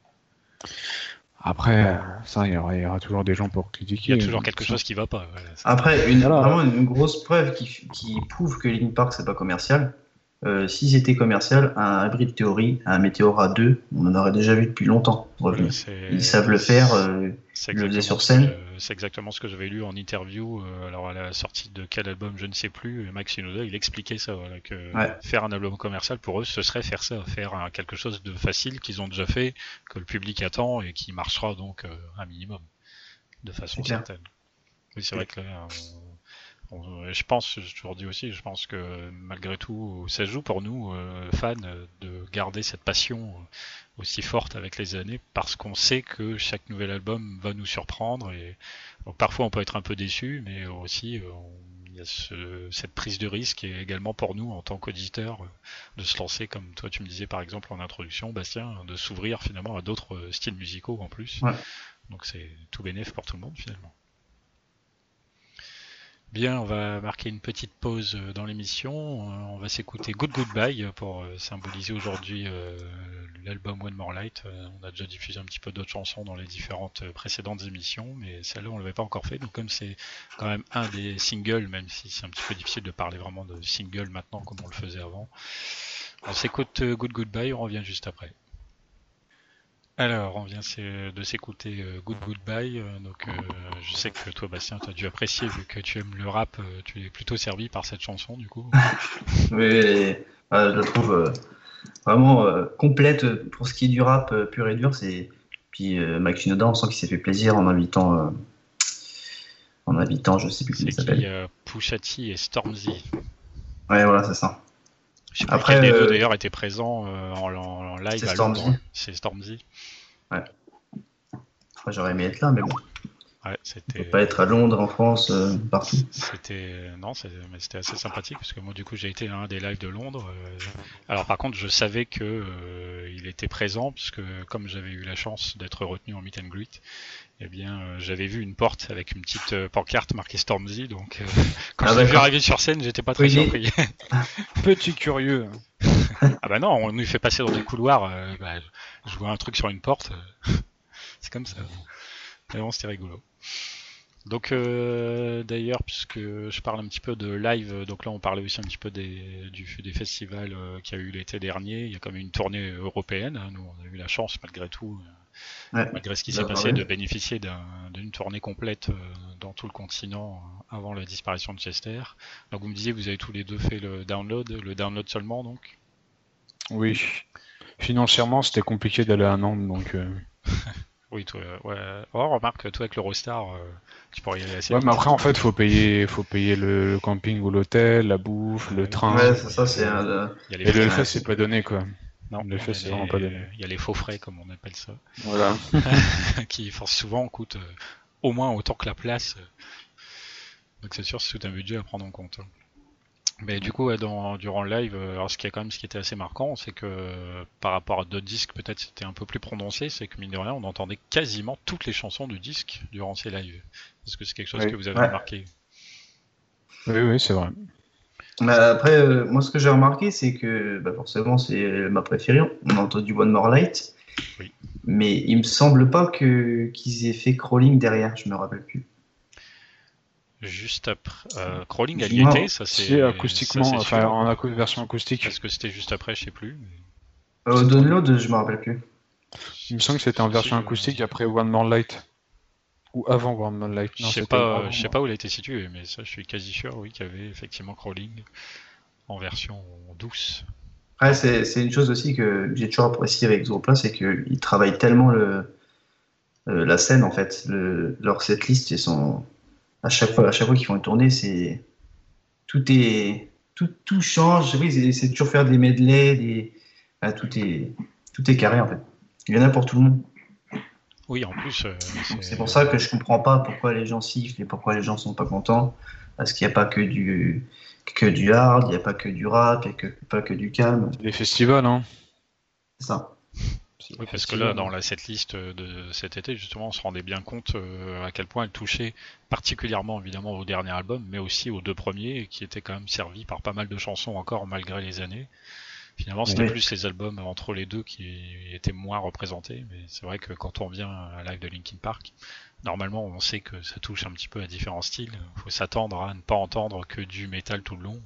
Après, ça, il y aura toujours des gens pour critiquer. Il y a toujours quelque chose qui va pas. Voilà. Après, vraiment une grosse preuve qui prouve que Linkin Park c'est pas commercial. Si c'était commercial, un Hybrid Theory, un Meteora 2, on en aurait déjà vu depuis longtemps revenir. Ils savent le faire, ils le faisaient sur scène. C'est exactement ce que j'avais lu en interview. Alors à la sortie de quel album, je ne sais plus. Max Shinoda, il expliquait ça, voilà, que faire un album commercial pour eux, ce serait faire ça, faire quelque chose de facile qu'ils ont déjà fait, que le public attend et qui marchera donc un minimum, de façon certaine. Oui, c'est vrai que là, je pense, j'ai toujours dit aussi, je pense que malgré tout, ça joue pour nous, fans, de garder cette passion aussi forte avec les années, parce qu'on sait que chaque nouvel album va nous surprendre, et donc, parfois on peut être un peu déçu, mais aussi il y a cette prise de risque, et également pour nous en tant qu'auditeurs, de se lancer, comme toi tu me disais par exemple en introduction, Bastien, de s'ouvrir finalement à d'autres styles musicaux en plus. Ouais. Donc c'est tout bénef pour tout le monde finalement. Bien, on va marquer une petite pause dans l'émission. On va s'écouter Good Goodbye pour symboliser aujourd'hui l'album One More Light. On a déjà diffusé un petit peu d'autres chansons dans les différentes précédentes émissions, mais celle-là on l'avait pas encore fait. Donc comme c'est quand même un des singles, même si c'est un petit peu difficile de parler vraiment de single maintenant comme on le faisait avant, on s'écoute Good Goodbye, on revient juste après. Alors, on vient de s'écouter Good Goodbye. Donc, je sais que toi, Bastien, tu as dû apprécier, vu que tu aimes le rap, tu es plutôt servi par cette chanson, du coup. Oui, je la trouve vraiment complète pour ce qui est du rap pur et dur. Puis Max Shinoda, on sent qu'il s'est fait plaisir en invitant, je sais plus comment il s'appelle. C'est Pusha T et Stormzy. Ouais, voilà, c'est ça. Je sais plus quel des deux d'ailleurs était présent en live. C'est Stormzy. C'est Stormzy. Ouais. Enfin, j'aurais aimé être là, mais bon. Ouais, c'était. On peut pas être à Londres, en France, partout. C'était assez sympathique parce que moi du coup j'ai été à un des lives de Londres. Alors par contre je savais que il était présent parce que comme j'avais eu la chance d'être retenu en meet and greet, eh bien j'avais vu une porte avec une petite pancarte marquée Stormzy, donc quand je l'ai vu arriver sur scène j'étais pas très surpris. Petit curieux. Ah bah non, on nous fait passer dans des couloirs, je vois un truc sur une porte, c'est comme ça. Mais bon, c'était rigolo. Donc d'ailleurs, puisque je parle un petit peu de live, donc là on parlait aussi un petit peu des festivals qu'il y a eu l'été dernier. Il y a quand même une tournée européenne. Hein. Nous on a eu la chance malgré tout, malgré ce qui s'est passé, de bénéficier d'une tournée complète dans tout le continent avant la disparition de Chester. Donc vous me disiez, vous avez tous les deux fait le download seulement donc. Oui. Financièrement c'était compliqué d'aller à Nantes donc. Oui, toi, ouais. Oh, remarque, toi avec l'Eurostar, tu pourrais y aller assez vite. Mais après, en fait, faut payer le camping ou l'hôtel, la bouffe, le train. Ouais, ça, c'est et le Hellfest, c'est pas donné, quoi. Non, le Hellfest, c'est vraiment pas donné. Il y a les faux frais, comme on appelle ça. Voilà. Qui, souvent, coûtent au moins autant que la place. Donc, c'est sûr, c'est tout un budget à prendre en compte. Mais du coup, durant le live, alors ce qui était assez marquant, c'est que par rapport à d'autres disques, peut-être c'était un peu plus prononcé, c'est que mine de rien, on entendait quasiment toutes les chansons du disque durant ces lives. Est-ce que c'est quelque chose que vous avez remarqué ? Oui, c'est vrai. Mais après, moi, ce que j'ai remarqué, c'est que forcément, c'est ma préférée. On a entendu One More Light, mais il me semble pas qu'ils aient fait Crawling derrière. Je me rappelle plus. Juste après Crawling, elle y était, ça c'est acoustiquement, enfin en version acoustique. Est-ce que c'était juste après, je sais plus. Download, je me rappelle plus. Il me semble que c'était en version acoustique après One More Light ou avant One More Light. Non, je sais pas où elle a été située, mais ça je suis quasi sûr, oui, qu'il y avait effectivement Crawling en version douce. Ouais, c'est une chose aussi que j'ai toujours apprécié avec ce groupe-là, c'est qu'ils travaillent tellement la scène en fait, leur setlist, ils sont à chaque fois qu'ils font une tournée, tout est tout change. Oui, c'est toujours faire des medleys, tout est carré en fait. Il y en a pour tout le monde. Oui, en plus. C'est pour ça que je comprends pas pourquoi les gens sifflent et pourquoi les gens sont pas contents. Parce qu'il n'y a pas que du hard, il n'y a pas que du rap, il n'y a pas que du calme. Les festivals, hein. C'est ça. Oui, parce que là, dans la setlist de cet été, justement, on se rendait bien compte à quel point elle touchait particulièrement, évidemment, au dernier album, mais aussi aux deux premiers, qui étaient quand même servis par pas mal de chansons encore, malgré les années. Finalement, c'était plus les albums entre les deux qui étaient moins représentés, mais c'est vrai que quand on vient à Live de Linkin Park, normalement, on sait que ça touche un petit peu à différents styles. Il faut s'attendre à ne pas entendre que du métal tout le long.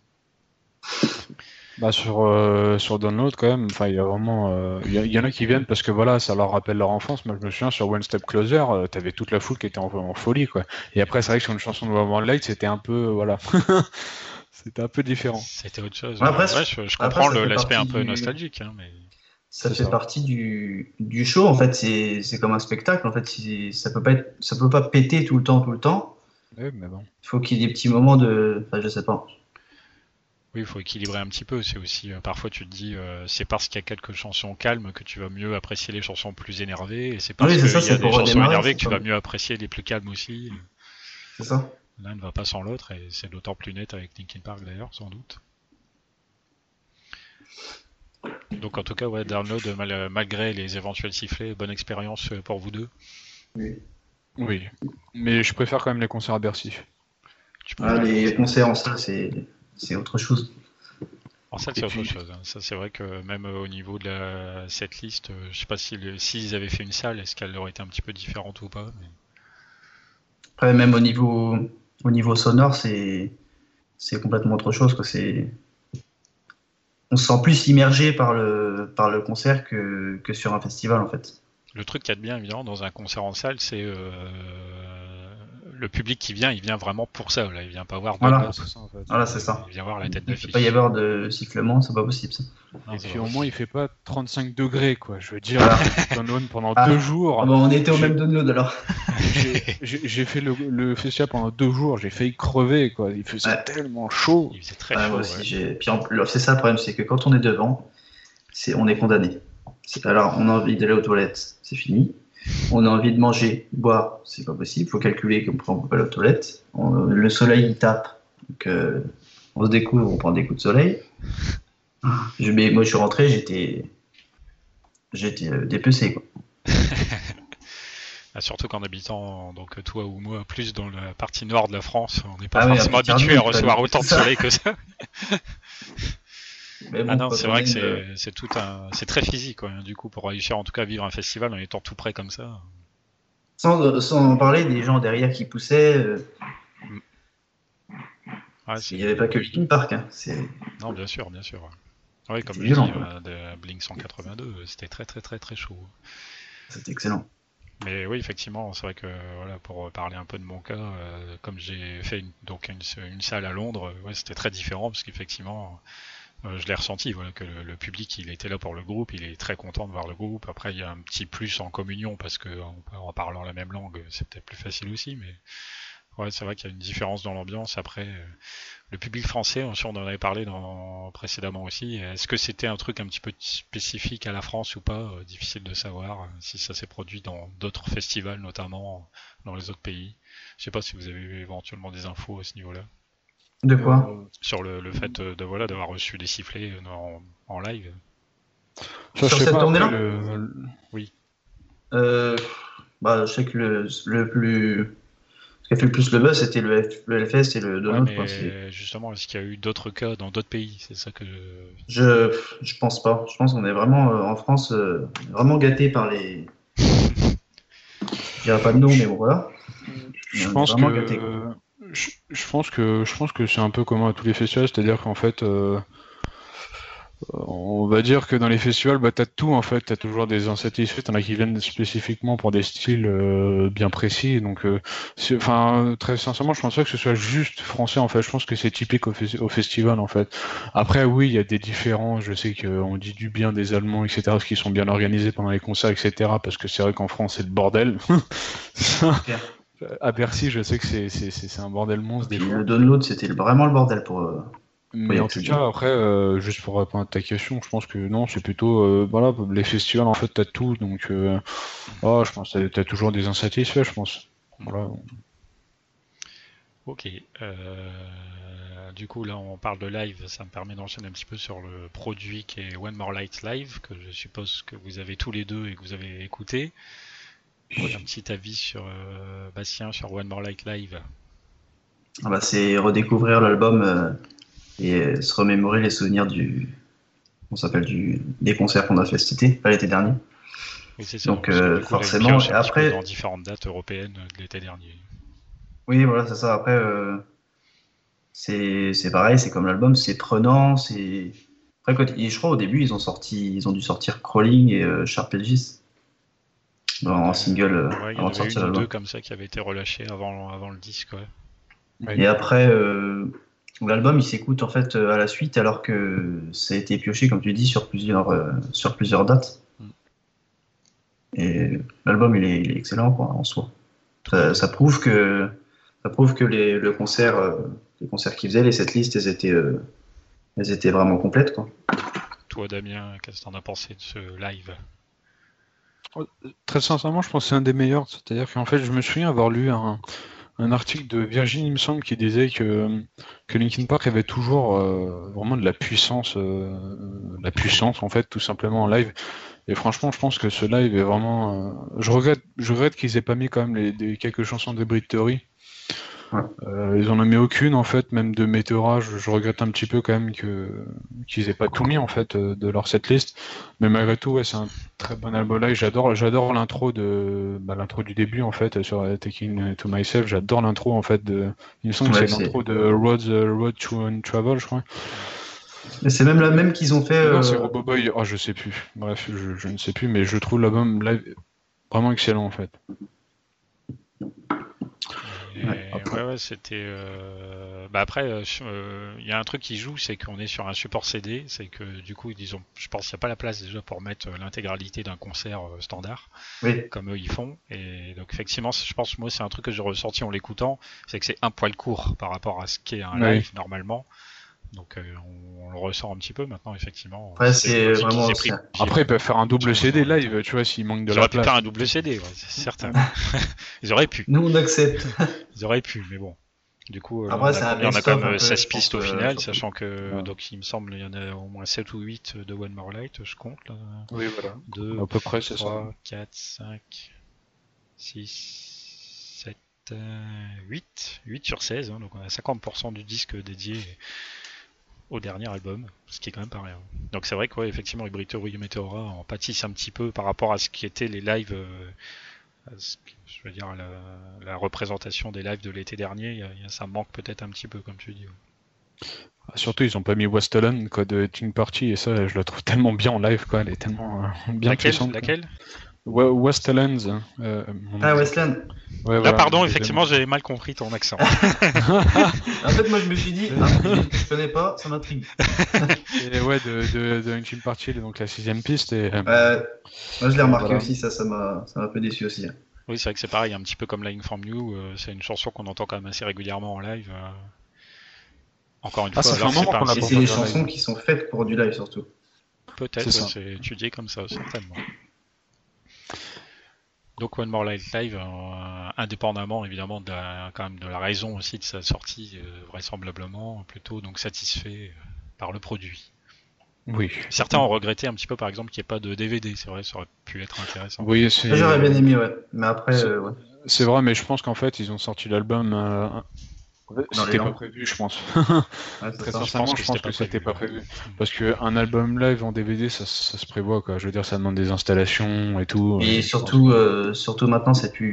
Bah sur Download quand même, enfin il y a vraiment, il y en a qui viennent parce que voilà, ça leur rappelle leur enfance. Moi je me souviens sur One Step Closer, t'avais toute la foule qui était en folie quoi. Et après c'est vrai que sur une chanson de One More Light, c'était un peu voilà, c'était un peu différent. C'était autre chose. Après, je comprends l'aspect un peu nostalgique, hein, mais ça fait partie du show en fait. C'est comme un spectacle en fait. Ça peut pas péter tout le temps. Ouais, mais bon. Il faut qu'il y ait des petits moments de, enfin je sais pas. Oui, il faut équilibrer un petit peu. C'est aussi, parfois tu te dis, c'est parce qu'il y a quelques chansons calmes que tu vas mieux apprécier les chansons plus énervées, et c'est parce qu'il y a des chansons énervées que tu vas mieux apprécier les plus calmes aussi. C'est ça. L'un ne va pas sans l'autre, et c'est d'autant plus net avec Linkin Park d'ailleurs, sans doute. Donc en tout cas, ouais, Download, malgré les éventuels sifflets, bonne expérience pour vous deux. Oui, mais je préfère quand même les concerts à Bercy. Les concerts en salle, c'est autre chose. En salle, c'est autre chose. Hein. Ça, c'est vrai que même au niveau de la setlist, je sais pas s'ils avaient fait une salle, est-ce qu'elle aurait été un petit peu différente ou pas. Mais... Après, même au niveau sonore, c'est complètement autre chose. Quoi. On se sent plus immergé par le concert que sur un festival en fait. Le truc qu'il y a de bien évidemment dans un concert en salle, c'est le public qui vient, il vient vraiment pour ça. Là, il vient pas voir. Voilà, c'est ça. Il vient voir la tête d'affiche. Il ne peut pas y avoir de sifflement, c'est pas possible. Ça. Non, et puis au moins, il fait pas 35 degrés, quoi. Je veux dire, Download pendant 2 jours. Ah bon, on était au même Download alors. J'ai fait le festival pendant 2 jours, j'ai failli crever, quoi. Il faisait tellement chaud. Il faisait très chaud. Moi aussi, Puis c'est ça le problème, c'est que quand on est devant, on est condamné. Alors, on a envie d'aller aux toilettes, c'est fini. On a envie de manger, boire, c'est pas possible. Il faut calculer qu'on ne peut pas aller aux toilettes. Le soleil, il tape. Donc, on se découvre, on prend des coups de soleil. Mais moi, je suis rentré, j'étais dépecé, quoi. Surtout qu'en habitant, donc toi ou moi, plus dans la partie nord de la France, on n'est pas forcément habitué à recevoir autant de soleil que ça. Mais bon, non, c'est vrai que c'est très physique, quoi, du coup, pour réussir en tout cas à vivre un festival en étant tout près comme ça. Sans parler des gens derrière qui poussaient. Il n'y avait pas que Linkin Park. Hein. Non, bien sûr. Oui, comme je dis, de Blink 182, c'était très très très très chaud. C'était excellent. Mais oui, effectivement, c'est vrai que voilà, pour parler un peu de mon cas, comme j'ai fait une salle à Londres, c'était très différent parce qu'effectivement, je l'ai ressenti, voilà, que le public, il était là pour le groupe, il est très content de voir le groupe. Après, il y a un petit plus en communion parce que en parlant la même langue, c'est peut-être plus facile aussi, mais ouais, c'est vrai qu'il y a une différence dans l'ambiance. Après, le public français, on en avait parlé précédemment aussi. Est-ce que c'était un truc un petit peu spécifique à la France ou pas? Difficile de savoir si ça s'est produit dans d'autres festivals, notamment dans les autres pays. Je sais pas si vous avez éventuellement des infos à ce niveau-là. De quoi? Sur le fait d'avoir reçu des sifflets en live. Sur cette tournée-là Oui. Je sais que le plus... Ce qui a fait le plus le buzz, c'était le Hellfest et le Download. Justement, est-ce qu'il y a eu d'autres cas dans d'autres pays? C'est ça que je pense pas. Je pense qu'on est vraiment en France vraiment gâté par les. Je dirais pas de nom, mais bon voilà. Je pense que c'est un peu commun à tous les festivals, c'est-à-dire qu'en fait, on va dire que dans les festivals, t'as tout en fait, t'as toujours des insatisfaits, t'en as qui viennent spécifiquement pour des styles bien précis, donc très sincèrement, je pense pas que ce soit juste français en fait, je pense que c'est typique au festival en fait. Après oui, il y a des différences, je sais qu'on dit du bien des Allemands, etc., parce qu'ils sont bien organisés pendant les concerts, etc., parce que c'est vrai qu'en France c'est le bordel. À Bercy, je sais que c'est un bordel monstre. Le Download, c'était vraiment le bordel pour Mais Oui, en tout cas, après, juste pour répondre à ta question, je pense que non, c'est plutôt, voilà, les festivals, en fait, t'as tout, donc, je pense que t'as toujours des insatisfaits, je pense. Voilà. Ok. Du coup, là, on parle de live. Ça me permet d'enchaîner un petit peu sur le produit qui est One More Light Live, que je suppose que vous avez tous les deux et que vous avez écouté. Oui. Un petit avis sur Bastien sur One More Light Live. Ah bah, c'est redécouvrir l'album et se remémorer les souvenirs des concerts qu'on a fait cet été, pas l'été dernier. Oui, c'est ça. Donc Parce que du coup, là, il forcément, pioche et un petit peu après, dans différentes dates européennes de l'été dernier. oui, voilà, c'est ça. Après, c'est pareil, c'est comme l'album, c'est prenant, c'est. Après, je crois au début, ils ont dû sortir Crawling et Sharp Edges en single Ouais, il y en avant de avait une sortir ou deux l'album. comme ça qui avaient été relâchées avant le disque. Ouais. Ouais. Et après, l'album, il s'écoute en fait à la suite, alors que ça a été pioché, comme tu dis, sur plusieurs dates. Mm. Et l'album, il est excellent, quoi, en soi. Toi, Ça prouve que les concerts qu'ils faisaient, les setlists, elles étaient vraiment complètes, quoi. toi, Damien, qu'est-ce que t'en as pensé de ce live? Très sincèrement, je pense que c'est un des meilleurs. C'est-à-dire qu'en fait, je me souviens avoir lu un article de Virgin, il me semble, qui disait que Linkin Park avait toujours vraiment de la puissance en fait, tout simplement en live. Et franchement, je pense que ce live est vraiment. Je regrette qu'ils aient pas mis quand même quelques chansons de Hybrid Theory. Ouais. Ils en ont mis aucune en fait, même de Meteora. Je regrette un petit peu quand même qu'ils aient pas tout mis en fait de leur setlist. Mais malgré tout, ouais, c'est un très bon album live. J'adore l'intro du début en fait sur Taking to Myself. J'adore l'intro en fait il me semble que Ouais, c'est l'intro de Road to Travel, je crois. Mais c'est même la même qu'ils ont fait. Non, c'est Roboboy. Oh, je sais plus. Bref, je ne sais plus, mais je trouve l'album live vraiment excellent en fait. Ouais, c'était. Bah après, il y a un truc qui joue, c'est qu'on est sur un support CD, c'est que du coup, disons, je pense qu'il n'y a pas la place déjà pour mettre l'intégralité d'un concert standard, Oui, comme eux ils font. Et donc effectivement, je pense moi c'est un truc que j'ai ressenti en l'écoutant, c'est que c'est un poil court par rapport à ce qu'est un Oui. live normalement. Donc on le ressent un petit peu maintenant, effectivement. après, C'est c'est logique vraiment. qu'ils aient pris. Après, ils peuvent faire un double CD live, tu vois, s'il manque de Ils la auraient pu place. faire un double CD, ouais, c'est certain. Ils auraient pu. Nous, on accepte. Ils auraient pu, mais bon. Du coup, là, Après, c'est un on a best-of quand un même peu, 16 je pistes pense, au final, surtout. sachant que, Ouais. donc il me semble, il y en a au moins 7 ou 8 de One More Light, je compte, là. Oui, voilà. 2, À peu près, c'est ça. 3, 4, 5, 6, 7, 8. 8 sur 16, hein, donc on a 50% du disque dédié au dernier album, ce qui est quand même pas rien. Donc c'est vrai que, ouais, effectivement, Hybrid Theory et Meteora en pâtissent un petit peu par rapport à ce qui était les lives, je veux dire, la représentation des lives de l'été dernier, ça manque peut-être un petit peu, comme tu dis. Ouais. Surtout, ils ont pas mis Wasteland, quoi, de Teen Party, et ça, je la trouve tellement bien en live, quoi. Elle est tellement bien puissante. Laquelle Wastelands. Ah, Westland. Ouais, Là, voilà, pardon, désolé. effectivement, j'avais mal compris ton accent. En fait, moi, je me suis dit, je connais pas, ça m'intrigue. Et ouais, de Linkin Party, donc la 6ème piste. Et, Moi, je l'ai remarqué voilà. aussi, ça m'a un peu déçu aussi. Oui, c'est vrai que c'est pareil, un petit peu comme Lying From You, c'est une chanson qu'on entend quand même assez régulièrement en live. Encore une fois, Ça fait alors un c'est moment pas qu'on un a Et pas c'est entendu des un chansons live. qui sont faites pour du live, surtout. peut-être, C'est ouais, ça. c'est étudié comme ça, certainement. Donc One More Light Live, indépendamment évidemment quand même de la raison aussi de sa sortie, vraisemblablement plutôt donc satisfait par le produit. Oui. Certains ont regretté un petit peu par exemple qu'il n'y ait pas de DVD, c'est vrai, ça aurait pu être intéressant. Oui, Ça, j'aurais bien aimé, ouais. Mais après, ouais. c'est vrai, mais je pense qu'en fait, ils ont sorti l'album. Dans les C'était pas dents. prévu, je pense. Ouais, c'est Très ça. sincèrement, je pense que c'était pas prévu. Parce qu'un album live en DVD, ça se prévoit, quoi. Je veux dire, ça demande des installations et tout. Et je surtout, pense surtout maintenant,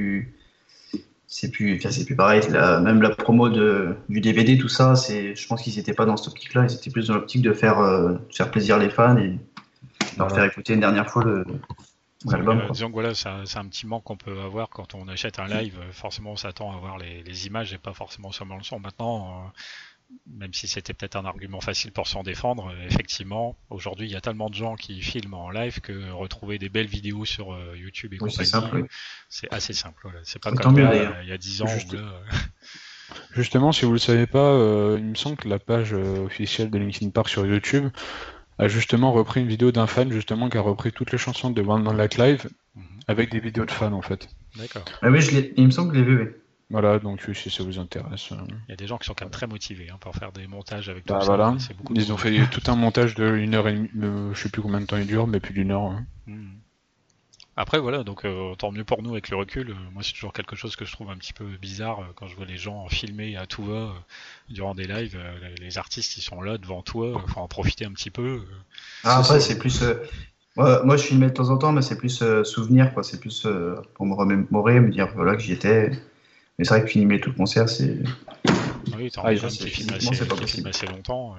enfin, c'est plus pareil. Même la promo du DVD, tout ça, je pense qu'ils étaient pas dans cette optique-là. Ils étaient plus dans l'optique de faire plaisir les fans et leur Voilà. faire écouter une dernière fois l'album, quoi. Disons que voilà, c'est un petit manque qu'on peut avoir quand on achète un live. Forcément, on s'attend à voir les images et pas forcément seulement le son. Maintenant, même si c'était peut-être un argument facile pour s'en défendre, effectivement, aujourd'hui, il y a tellement de gens qui filment en live que retrouver des belles vidéos sur YouTube et Oui, c'est compagnie, simple, oui. c'est assez simple. Voilà. C'est pas Et comme tant mieux, là, d'ailleurs. il y a 10 ans Juste- où là, Justement, si vous le savez pas, il me semble que la page officielle de Linkin Park sur YouTube a justement repris une vidéo d'un fan justement qui a repris toutes les chansons de One Man Like Live avec des vidéos de fans en fait. D'accord. Ah oui, il me semble que je l'ai vu, oui. Voilà, donc si ça vous intéresse. Il y a des gens qui sont quand même très motivés pour faire des montages avec tout Bah ça. voilà, C'est beaucoup ils ont fait tout un montage de 1h30, je sais plus combien de temps il dure, mais plus d'une heure. Hein. Après voilà, donc tant mieux pour nous avec le recul. Moi c'est toujours quelque chose que je trouve un petit peu bizarre quand je vois les gens filmer à tout va durant des lives. Les artistes ils sont là devant toi, faut en profiter un petit peu. Après c'est plus... moi je filmais de temps en temps, mais c'est plus souvenir, quoi. C'est plus pour me remémorer, me dire voilà que j'y étais. Mais c'est vrai que filmer tout le concert, c'est... Oui, t'en Ah, as c'est qui filment physiquement, assez longtemps.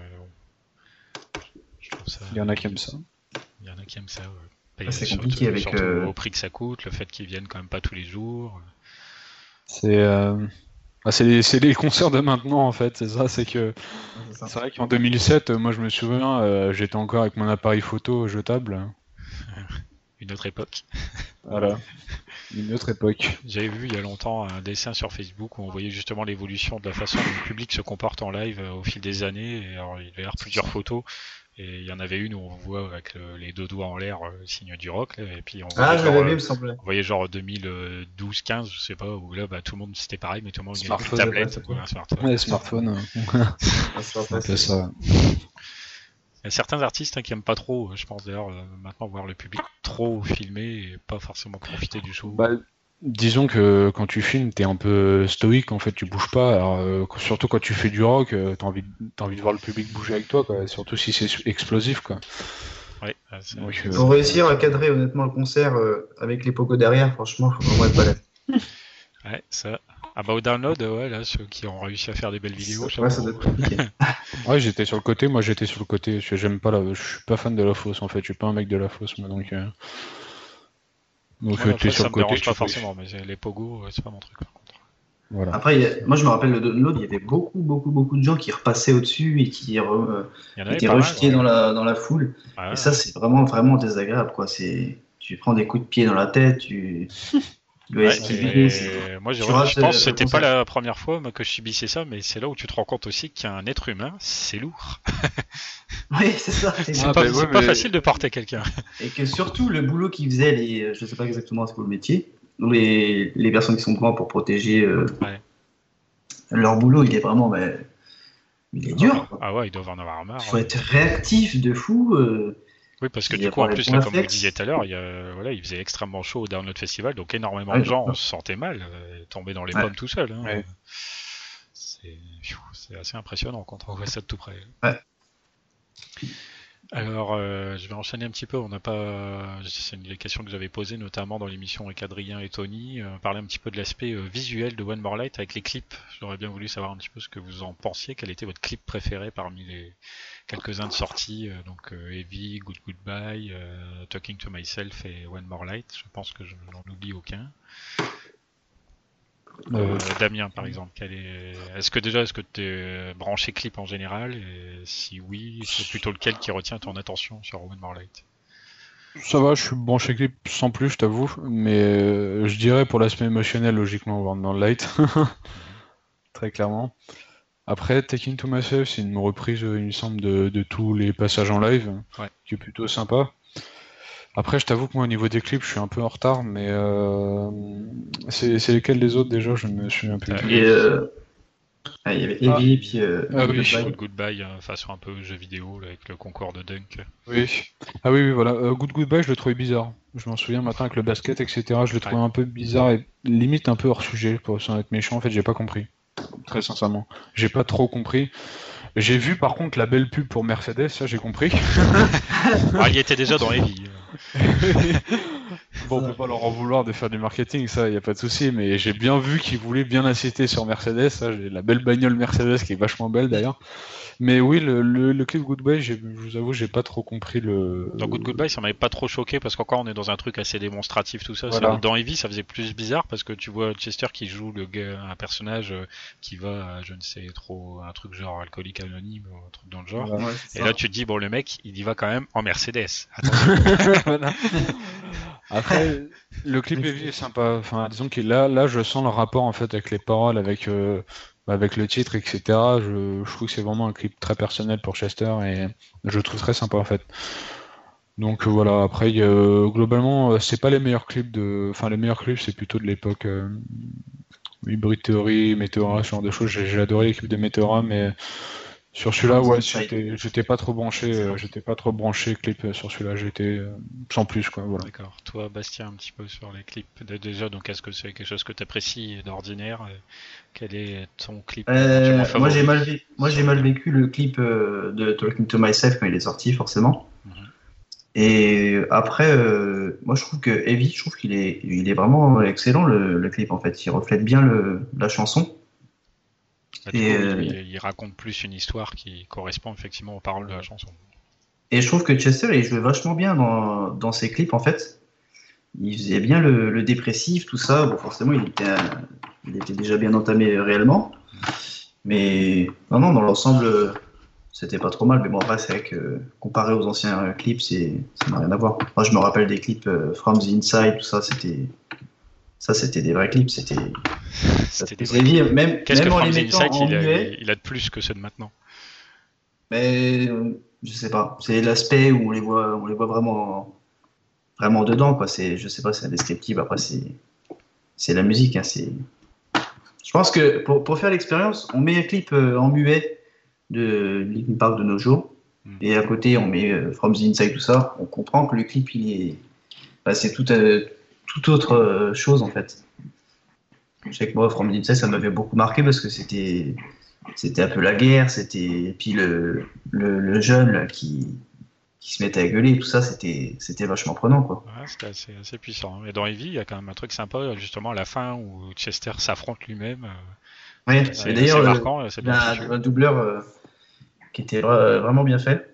Je trouve ça... Il y en a qui aiment ça. Il y en a qui aiment ça, ouais. C'est compliqué avec... Surtout au prix que ça coûte, le fait qu'ils viennent quand même pas tous les jours. C'est les concerts de maintenant en fait, c'est ça, c'est que... C'est vrai qu'en 2007, moi je me souviens, j'étais encore avec mon appareil photo jetable. Une autre époque. Voilà. Une autre époque. J'avais vu il y a longtemps un dessin sur Facebook où on voyait justement l'évolution de la façon dont le public se comporte en live au fil des années. Et alors, il y avait plusieurs photos. Et il y en avait une où on voit avec les deux doigts en l'air, signe du rock. Là, et puis on voyait, j'avais vu, il me semblait. On voyait genre 2012-15, je sais pas, où là tout le monde c'était pareil, mais tout le monde avait une Smartphone, tablette. ouais. Smartphone. Ouais, smartphone. C'est ça. Il y a certains artistes qui aiment pas trop, je pense d'ailleurs, maintenant voir le public trop filmer et pas forcément profiter du show. Bah, disons que quand tu filmes, t'es un peu stoïque, en fait, tu bouges pas. Alors, surtout quand tu fais du rock, t'as envie de voir le public bouger avec toi, quoi. Surtout si c'est explosif, quoi. Ouais, donc, pour réussir à cadrer honnêtement le concert avec les pogos derrière, franchement, faut vraiment être balèze. Ouais, ça. Ah bah au download, ouais, là, ceux qui ont réussi à faire des belles vidéos. Ouais, ça doit être compliqué. Ouais, j'étais sur le côté, moi j'étais sur le côté, parce que j'aime pas je suis pas fan de la fosse en fait, je suis pas un mec de la fosse moi donc. Donc t'es sur le côté. Ça me dérange pas forcément, mais les pogos, c'est pas mon truc par contre. Voilà. Après, moi je me rappelle le download, il y avait beaucoup de gens qui repassaient au-dessus et qui étaient rejetés dans la foule. Ah, et ça, c'est vraiment désagréable, quoi. Tu prends des coups de pied dans la tête, tu dois esquiver. Moi, je pense que c'était pas la première fois que je subissais ça, mais c'est là où tu te rends compte aussi qu'un être humain, c'est lourd. Oui, c'est ça. C'est pas facile de porter quelqu'un. Et que surtout, le boulot qu'ils faisaient, je sais pas exactement c'est quoi le métier, les personnes qui sont devant pour protéger leur boulot, il est vraiment... il est dur. Ah ouais, ils doivent en avoir marre. Il faut être réactif de fou. Oui, parce que du coup, en plus, là, comme vous disiez tout à l'heure, il faisait extrêmement chaud au Download Festival, donc énormément de gens se sentaient mal, tombaient dans les pommes tout seuls. Hein. Ouais. C'est assez impressionnant quand on voit ça de tout près. Ouais. Alors, je vais enchaîner un petit peu. C'est une des questions que j'avais posées, notamment dans l'émission avec Adrien et Tony. Parler un petit peu de l'aspect visuel de One More Light avec les clips. J'aurais bien voulu savoir un petit peu ce que vous en pensiez. Quel était votre clip préféré parmi les quelques-uns de sortie, donc Heavy, Good Goodbye, Talking to Myself et One More Light. Je pense que je n'en oublie aucun. Damien, par exemple, est-ce que tu es branché clip en général, et si oui, c'est plutôt lequel qui retient ton attention sur One More Light? Ça va, je suis branché clip sans plus, je t'avoue, mais je dirais pour l'aspect émotionnel, logiquement, One More Light, très clairement. Après, Taking to Myself, c'est une reprise, il me semble, de tous les passages en live, qui est plutôt sympa. Après, je t'avoue que moi, au niveau des clips, je suis un peu en retard, mais c'est lesquels les autres déjà? Je ne me souviens plus. Il y avait Heavy, puis Good Goodbye, façon un peu jeu vidéo, là, avec le concours de dunk. Oui. Ah oui, voilà. Good Goodbye, je le trouvais bizarre. Je m'en souviens maintenant avec le basket, etc. Je le trouvais un peu bizarre et limite un peu hors sujet, pour être méchant. En fait, j'ai pas compris. Très sincèrement. J'ai pas trop compris. J'ai vu par contre la belle pub pour Mercedes, ça j'ai compris. Il était déjà dans Heavy. Bon, on peut pas leur en vouloir de faire du marketing, ça, y a pas de souci, mais j'ai bien vu qu'ils voulaient bien insister sur Mercedes, ça, j'ai la belle bagnole Mercedes qui est vachement belle d'ailleurs. Mais oui, le clip Goodbye, je vous avoue, j'ai pas trop compris le... Dans Good Goodbye, ça m'avait pas trop choqué, parce qu'encore on est dans un truc assez démonstratif, tout ça. Voilà. Dans Heavy, ça faisait plus bizarre, parce que tu vois Chester qui joue un personnage qui va à, je ne sais trop, un truc genre alcoolique anonyme, ou un truc dans le genre. Ouais, et là, tu te dis, bon, le mec, il y va quand même en Mercedes. Voilà. Après, le clip Heavy est sympa. Enfin, disons que là, je sens le rapport en fait avec les paroles, avec avec le titre, etc. Je trouve que c'est vraiment un clip très personnel pour Chester et je le trouve très sympa en fait. Donc voilà, après globalement c'est pas les meilleurs clips enfin les meilleurs clips c'est plutôt de l'époque Hybrid Theory, Meteora, ce genre de choses. J'ai adoré les clips de Meteora, mais sur celui-là, ouais, j'étais pas trop branché clip sur celui-là, j'étais sans plus quoi, voilà. D'accord. Toi, Bastien, un petit peu sur les clips. Déjà, donc est-ce que c'est quelque chose que tu apprécies d'ordinaire? Quel est ton clip éventuellement Moi, favori? j'ai mal vécu le clip de Talking to Myself quand il est sorti, forcément. Mhm. Et après, moi, je trouve que Heavy, je trouve il est vraiment excellent le clip en fait. Il reflète bien la chanson. Bah, du Et, coup, oui, il raconte plus une histoire qui correspond effectivement aux paroles de la chanson. et je trouve que Chester, il jouait vachement bien dans ses clips en fait. Il faisait bien le dépressif, tout ça. Bon, forcément, il était déjà bien entamé réellement. Mais non, dans l'ensemble, c'était pas trop mal. Mais bon, après, c'est vrai que comparé aux anciens clips, ça n'a rien à voir. Moi, je me rappelle des clips From the Inside, tout ça, c'était des vrais clips. C'était des vrais clips. Qu'est-ce que Même en From les the mettant Inside en muet, il a de plus que ceux de maintenant? mais je sais pas. C'est l'aspect où on les voit vraiment dedans, quoi. Je sais pas, c'est indescriptible. Après, c'est la musique, hein. Je pense que pour faire l'expérience, on met un clip en muet de Linkin Park de nos jours, et à côté, on met From the Inside, tout ça. On comprend que le clip, c'est toute autre chose, en fait. Je sais que moi, From the Inside, ça m'avait beaucoup marqué parce que c'était un peu la guerre, et puis le jeune là, qui se mettait à gueuler, tout ça, c'était vachement prenant, quoi. Ouais, c'était assez puissant. Et dans Heavy, il y a quand même un truc sympa, justement, à la fin, où Chester s'affronte lui-même. Ouais, et C'est assez d'ailleurs, marquant, c'est il bien a fichu. un doubleur qui était vraiment bien fait.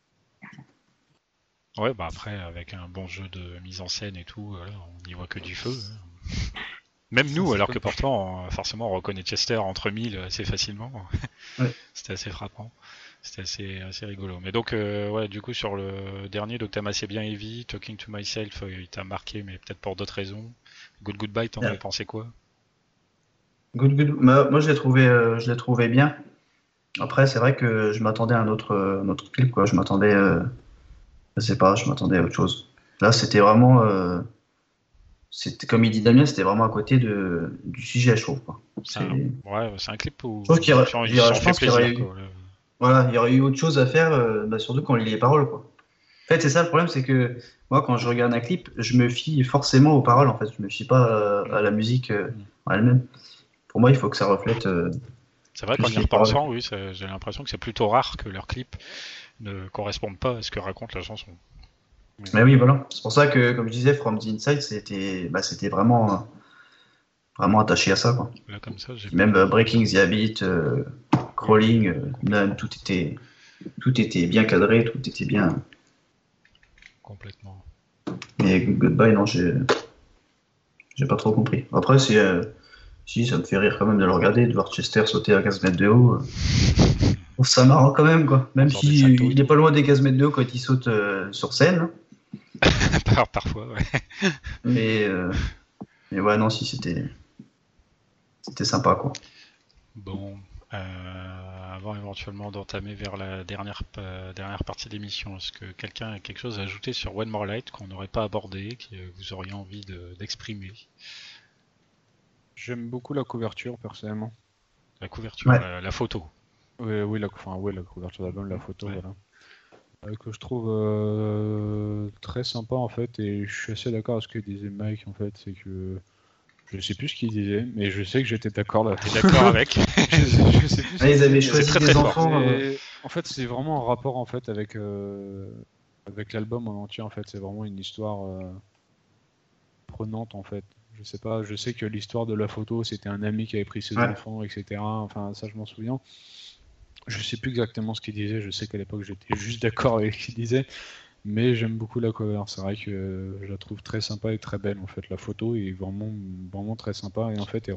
Ouais, bah après, avec un bon jeu de mise en scène et tout, voilà, on n'y voit que du feu. Hein. Même nous, alors que pourtant, forcément, on reconnaît Chester entre mille assez facilement. Ouais. C'était assez frappant. C'était assez rigolo. Mais donc, ouais, du coup, sur le dernier, donc t'aimes assez bien Heavy, Talking to Myself, il t'a marqué, mais peut-être pour d'autres raisons. Good Goodbye, t'en avais Yeah. pensé quoi? Good. Moi, je l'ai trouvé bien. Après, c'est vrai que je m'attendais à un autre clip, quoi. Je sais pas, je m'attendais à autre chose. Là, c'était vraiment, c'était comme il dit Damien, c'était vraiment à côté du sujet, je trouve, quoi. Ouais, c'est un clip où Je trouve ils se sont je fait pense qu'il y aurait plaisir, eu, quoi. voilà, il y aurait eu autre chose à faire, surtout quand il lit les paroles, quoi. En fait, c'est ça le problème, c'est que moi, quand je regarde un clip, je me fie forcément aux paroles, en fait. Je me fie pas à la musique en elle-même. Pour moi, il faut que ça reflète C'est vrai qu'en plus y les paroles. repensant, oui, j'ai l'impression que c'est plutôt rare que leurs clips ne correspondent pas à ce que raconte la chanson. Mais oui, voilà. C'est pour ça que, comme je disais, From the Inside, c'était vraiment attaché à ça, quoi. Là, comme ça, j'ai Puis pas. même Breaking the Habit, Crawling, même, tout était bien cadré, tout était bien. Complètement. Mais Goodbye, non, j'ai pas trop compris. Après, si, ça me fait rire quand même de le regarder, de voir Chester sauter à 15 mètres de haut. Je trouve ça marrant quand même, quoi. En Même faisant des saltos et s'il est tout. pas loin des 15 mètres de haut quand il saute sur scène. Parfois, ouais. Mais, euh, mais ouais, non, si, c'était sympa, quoi. Bon, avant éventuellement d'entamer vers la dernière partie de l'émission, est-ce que quelqu'un a quelque chose à ajouter sur One More Light qu'on n'aurait pas abordé, que vous auriez envie d'exprimer? J'aime beaucoup la couverture personnellement. La couverture, Ouais. la photo. Oui, la couverture d'album, la photo, Ouais. voilà. Que je trouve très sympa en fait, et je suis assez d'accord avec ce que disait Mike en fait, c'est que je sais plus ce qu'il disait, mais je sais que j'étais d'accord là. T'es d'accord avec? Je sais plus ce Ah, qu'il ils avaient disait, choisi très, des très fort. enfants. en fait, c'est vraiment un rapport en fait avec l'album en entier en fait. C'est vraiment une histoire prenante en fait. Je sais pas, je sais que l'histoire de la photo, c'était un ami qui avait pris ses Ouais. enfants, etc. Enfin, ça, je m'en souviens. Je sais plus exactement ce qu'il disait. Je sais qu'à l'époque, j'étais juste d'accord avec ce qu'il disait. Mais j'aime beaucoup la cover. C'est vrai que je la trouve très sympa et très belle en fait. La photo est vraiment très sympa et en fait, elle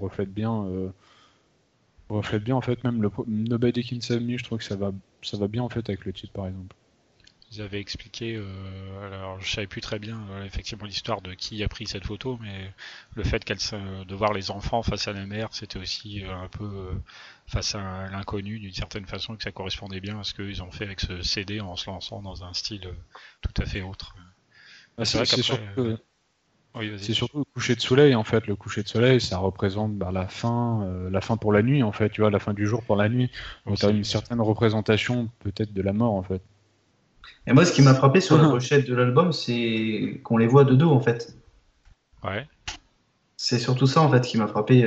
reflète bien en fait même le Nobody Can Save Me. Je trouve que ça va bien en fait avec le titre par exemple. Ils avaient expliqué, alors je savais plus très bien effectivement l'histoire de qui a pris cette photo, mais le fait de voir les enfants face à la mer, c'était aussi un peu face à l'inconnu d'une certaine façon, et que ça correspondait bien à ce qu'ils ont fait avec ce CD en se lançant dans un style tout à fait autre. C'est vrai qu'après, oui, c'est surtout le coucher de soleil en fait. Le coucher de soleil, ça représente la fin pour la nuit en fait. Tu vois, la fin du jour pour la nuit. Donc tu as une certaine représentation peut-être de la mort en fait. Et moi, ce qui m'a frappé sur la pochette de l'album, c'est qu'on les voit de dos, en fait. Ouais. C'est surtout ça, en fait, qui m'a frappé.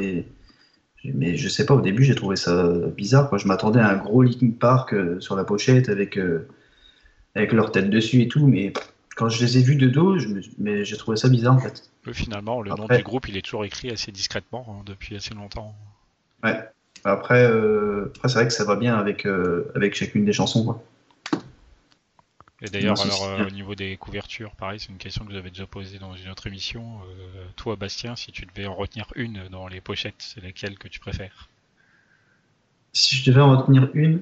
Mais je sais pas, au début, j'ai trouvé ça bizarre, quoi. Je m'attendais à un gros Linkin Park sur la pochette avec leur tête dessus et tout, mais quand je les ai vus de dos, mais j'ai trouvé ça bizarre, en fait. Finalement, le nom du groupe, il est toujours écrit assez discrètement depuis assez longtemps. Ouais. Après c'est vrai que ça va bien avec chacune des chansons, quoi. Et d'ailleurs, au niveau des couvertures, pareil, c'est une question que vous avez déjà posée dans une autre émission. Toi, Bastien, si tu devais en retenir une dans les pochettes, c'est laquelle que tu préfères? Si je devais en retenir une,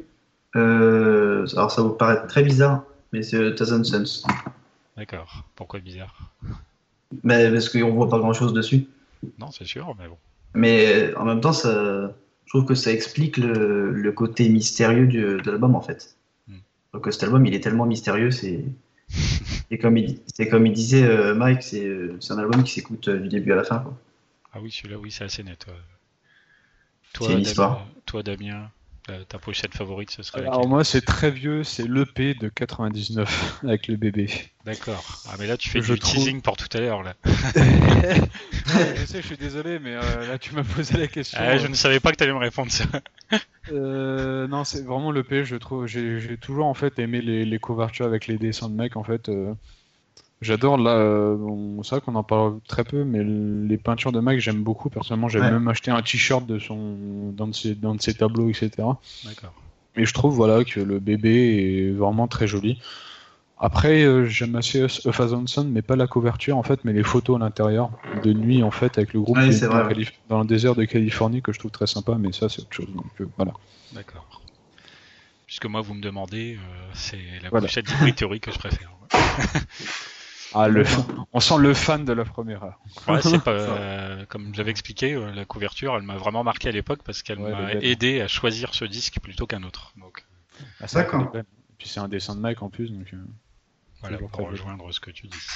alors ça vous paraît très bizarre, mais c'est Thousand Suns. D'accord. Pourquoi bizarre? Mais parce qu'on voit pas grand-chose dessus. Non, c'est sûr, mais bon. Mais en même temps, je trouve que ça explique le côté mystérieux de l'album, en fait. Donc cet album, il est tellement mystérieux, c'est comme il disait Mike, c'est un album qui s'écoute du début à la fin, quoi. Ah oui, celui-là, oui, c'est assez net. C'est une histoire. Toi, Damien, ta pochette favorite, ce serait Alors laquelle? moi, c'est très vieux, c'est l'EP de 99 avec le bébé. D'accord. Ah mais là, tu fais du teasing pour tout à l'heure, là. Je sais, je suis désolé, mais là, tu m'as posé la question. Je ne savais pas que tu allais me répondre ça. Non, c'est vraiment l'EP, je trouve. J'ai toujours en fait aimé les couvertures avec les dessins de mecs, en fait. J'adore là, c'est vrai qu'on en parle très peu, mais les peintures de Mike j'aime beaucoup. Personnellement, j'avais même acheté un t-shirt d'un de ses tableaux, etc. D'accord. Et je trouve que le bébé est vraiment très joli. Après, j'aime assez A Thousand Suns, mais pas la couverture en fait, mais les photos à l'intérieur de nuit en fait avec le groupe dans le désert de Californie que je trouve très sympa, mais ça c'est autre chose. Donc voilà. D'accord. Puisque moi vous me demandez, c'est la pochette d'Hybrid Theory que je préfère. On sent le fan de la première heure. Ouais, c'est pas comme j'avais expliqué, la couverture, elle m'a vraiment marqué à l'époque parce qu'elle m'a aidé à choisir ce disque plutôt qu'un autre. Donc. D'accord. Et puis c'est un dessin de Mike en plus, donc. Voilà, pour rejoindre ce que tu dis.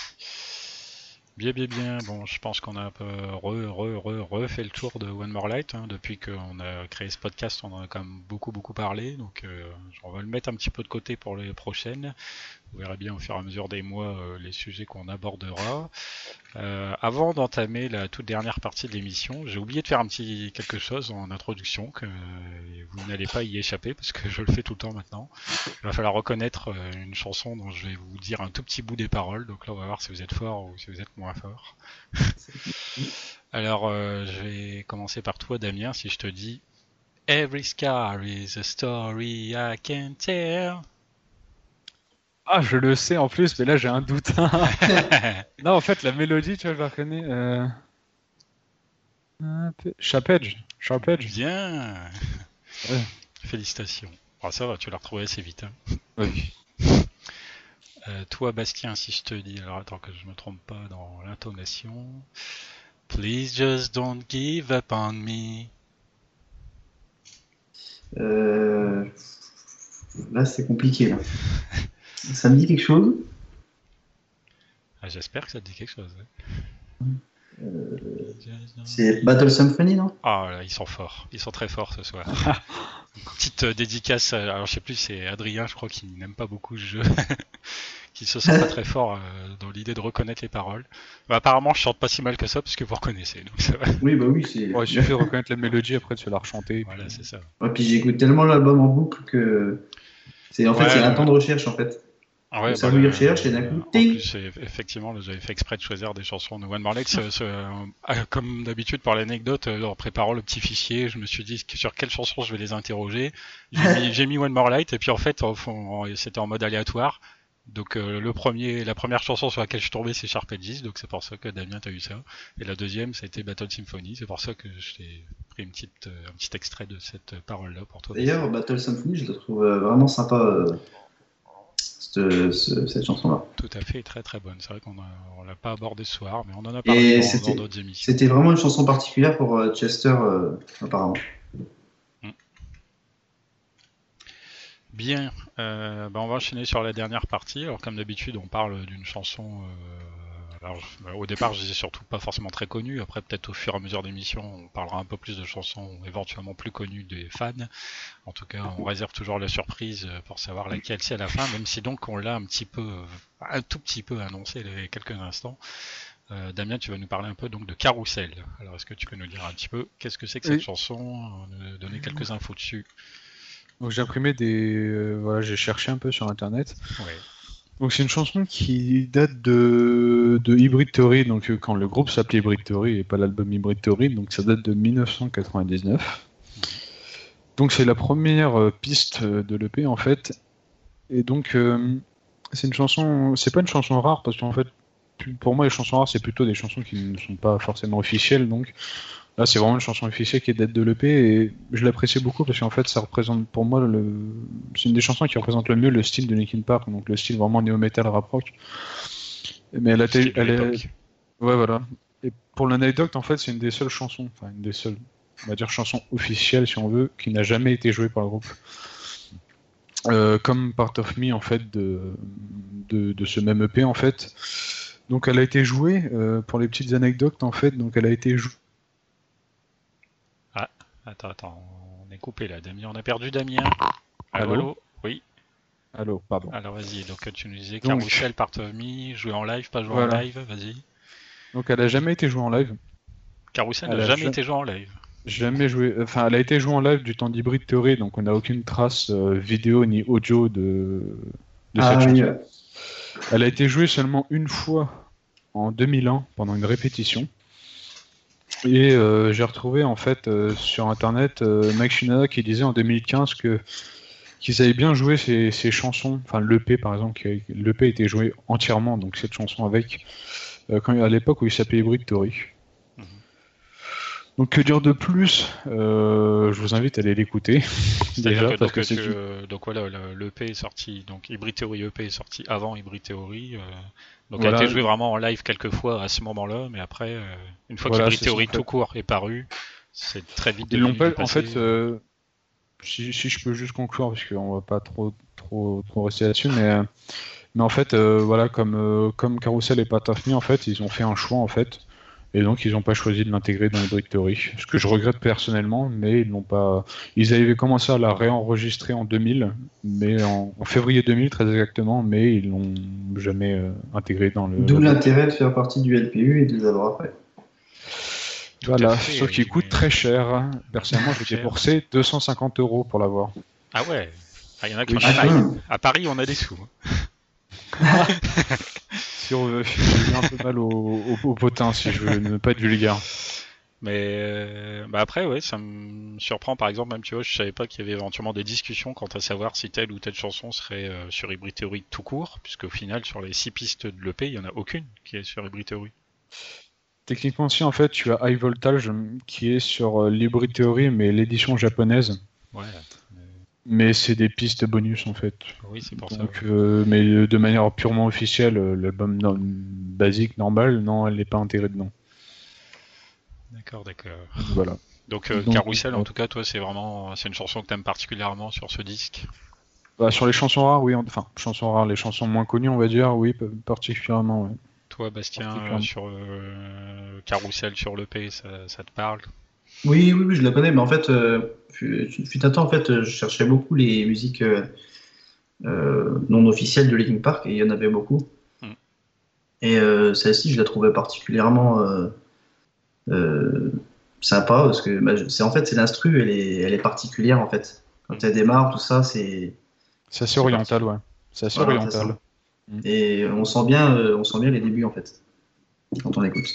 Bien. Bon, je pense qu'on a un peu refait le tour de One More Light. Depuis qu'on a créé ce podcast, on en a quand même beaucoup parlé. Donc, on va le mettre un petit peu de côté pour les prochaines. Vous verrez bien au fur et à mesure des mois les sujets qu'on abordera. Avant d'entamer la toute dernière partie de l'émission, j'ai oublié de faire quelque chose en introduction que vous n'allez pas y échapper parce que je le fais tout le temps maintenant. Il va falloir reconnaître une chanson dont je vais vous dire un tout petit bout des paroles. Donc là, on va voir si vous êtes fort ou si vous êtes moins fort. Alors, je vais commencer par toi, Damien, si je te dis Every scar is a story I can tell. Ah, je le sais en plus, mais là j'ai un doute. Non, en fait, la mélodie, tu vois, je la reconnais. Sharp Edge. Bien. Ouais. Félicitations. Ah, ça va, tu l'as retrouvé assez vite. Oui. Toi, Bastien, si je te dis, alors attends que je me trompe pas dans l'intonation. Please just don't give up on me. Là, c'est compliqué. Là. Ça me dit quelque chose? J'espère que ça te dit quelque chose. C'est Battle Symphony, non? Ah là, ils sont forts. Ils sont très forts ce soir. Une petite dédicace. Alors je sais plus, c'est Adrien, je crois, qui n'aime pas beaucoup ce jeu. Qui se sent pas très fort dans l'idée de reconnaître les paroles. Mais apparemment, je chante pas si mal que ça parce que vous reconnaissez. Donc ça va. Oui, bah oui, c'est. Il suffit de reconnaître la mélodie, après tu vas la rechanter. Voilà, c'est ça. Ouais, puis j'écoute tellement l'album en boucle que c'est il y a un temps de recherche en fait. Ouais, ça vous recherche et d'un coup. En plus, effectivement, j'avais fait exprès de choisir des chansons de One More Light. Comme d'habitude, pour l'anecdote, en préparant le petit fichier, je me suis dit sur quelle chanson je vais les interroger. J'ai mis One More Light et puis en fait, c'était en mode aléatoire. Donc la première chanson sur laquelle je suis tombé, c'est Sharp Edges, donc c'est pour ça que Damien t'as eu ça. Et la deuxième, ça a été Battle Symphony, c'est pour ça que je t'ai pris un petit extrait de cette parole-là pour toi. D'ailleurs, Battle Symphony, je le trouve vraiment sympa. cette chanson-là. Tout à fait, très très bonne. C'est vrai qu'on l'a pas abordé ce soir, mais on en a parlé dans d'autres émissions. C'était vraiment une chanson particulière pour Chester, apparemment. Bien, on va enchaîner sur la dernière partie. Alors comme d'habitude, on parle d'une chanson. Au départ, je disais surtout pas forcément très connue. Après, peut-être au fur et à mesure d'émission, on parlera un peu plus de chansons éventuellement plus connues des fans. En tout cas, on réserve toujours la surprise pour savoir laquelle c'est à la fin, même si donc on l'a un tout petit peu annoncé il y a quelques instants. Damien, tu vas nous parler un peu donc de Carousel. Alors, est-ce que tu peux nous dire un petit peu qu'est-ce que c'est que cette chanson, nous donner quelques infos dessus? Donc j'ai imprimé j'ai cherché un peu sur internet. Ouais. Donc c'est une chanson qui date de Hybrid Theory, donc quand le groupe s'appelait Hybrid Theory et pas l'album Hybrid Theory, donc ça date de 1999. Donc c'est la première piste de l'EP en fait. Et donc c'est une chanson, c'est pas une chanson rare parce qu'en fait pour moi les chansons rares c'est plutôt des chansons qui ne sont pas forcément officielles, donc là c'est vraiment une chanson officielle qui date de l'EP et je l'apprécie beaucoup parce qu'en fait ça représente pour moi c'est une des chansons qui représente le mieux le style de Linkin Park, donc le style vraiment néo-metal rap rock. Mais elle est... Ouais voilà. Et pour l'anecdote en fait c'est une des seules chansons, enfin une des seules, on va dire chansons officielles si on veut, qui n'a jamais été jouée par le groupe. Comme Part of Me en fait de ce même EP en fait. Donc elle a été jouée pour les petites anecdotes en fait, donc elle a été jouée. Ah, attends, on est coupé là, Damien, on a perdu Damien. Allô. Oui. Allô, pardon. Alors vas-y, donc tu nous disais Carousel, Part of Me, jouer en live, pas jouer en live, vas-y. Donc elle a jamais été jouée en live. Carousel n'a jamais été jouée en live. Jamais joué. Enfin, elle a été jouée en live du temps d'Hybrid Theory, donc on n'a aucune trace vidéo ni audio de cette chanson. Elle a été jouée seulement une fois en 2001 pendant une répétition. Et j'ai retrouvé en fait sur internet Mike Shinoda qui disait en 2015 qu'ils avaient bien joué ces chansons. Enfin, l'EP par exemple, l'EP était joué entièrement, donc cette chanson avec à l'époque où il s'appelait Hybrid Theory. Donc que dire de plus je vous invite à aller l'écouter. Déjà, donc voilà, l'EP est sorti, donc Hybrid Theory EP est sorti avant Hybrid Theory. Donc voilà. Elle a été jouée vraiment en live quelques fois à ce moment-là, mais après, une fois qu'Hybrid Theory tout court est paru, c'est très vite devenu du passé. En fait, si je peux juste conclure, parce qu'on va pas trop rester là-dessus, mais en fait, voilà, comme Carousel et Part of Me, en fait, ils ont fait un choix en fait. Et donc ils n'ont pas choisi de l'intégrer dans Hybrid Theory. Ce que je regrette personnellement, mais ils n'ont pas. Ils avaient commencé à la réenregistrer en 2000, mais en février 2000 très exactement, mais ils l'ont jamais intégré dans le. D'où l'intérêt de faire partie du LPU et de les avoir après. Voilà, sauf qu'il coûte très cher. Personnellement, je l'ai déboursé 250 € pour l'avoir. Ah ouais. Il y en a qui à Paris, on a des sous. Si on veut, j'ai un peu mal au potin, si je veux ne pas être vulgaire. Mais après, ouais, ça me surprend. Par exemple, même tu vois, je savais pas qu'il y avait éventuellement des discussions quant à savoir si telle ou telle chanson serait sur Hybrid Theory tout court, puisque au final, sur les 6 pistes de l'EP, il y en a aucune qui est sur Hybrid Theory. Techniquement, si en fait, tu as High Voltage qui est sur l'Hybrid Theory, mais l'édition japonaise. Ouais. Mais c'est des pistes bonus en fait. Oui, c'est pour donc, ça. Mais de manière purement officielle, l'album basique, normal, non, elle n'est pas intégrée dedans. D'accord. Voilà. Donc Carousel, en tout cas, toi, c'est une chanson que tu aimes particulièrement sur ce disque. Bah, sur les chansons rares, oui. Enfin, chansons rares, les chansons moins connues, on va dire, oui, particulièrement, ouais. Toi, Bastien, sur Carousel, sur l'EP, ça te parle? Oui, je la connais, mais en fait, fut un temps, en fait, je cherchais beaucoup les musiques non officielles de Linkin Park, et il y en avait beaucoup. Et celle-ci, je la trouvais particulièrement sympa, parce que c'est l'instru, elle est particulière, en fait. Quand elle démarre, tout ça, c'est assez oriental, ouais. C'est assez oriental. Et on sent bien les débuts, en fait, quand on écoute.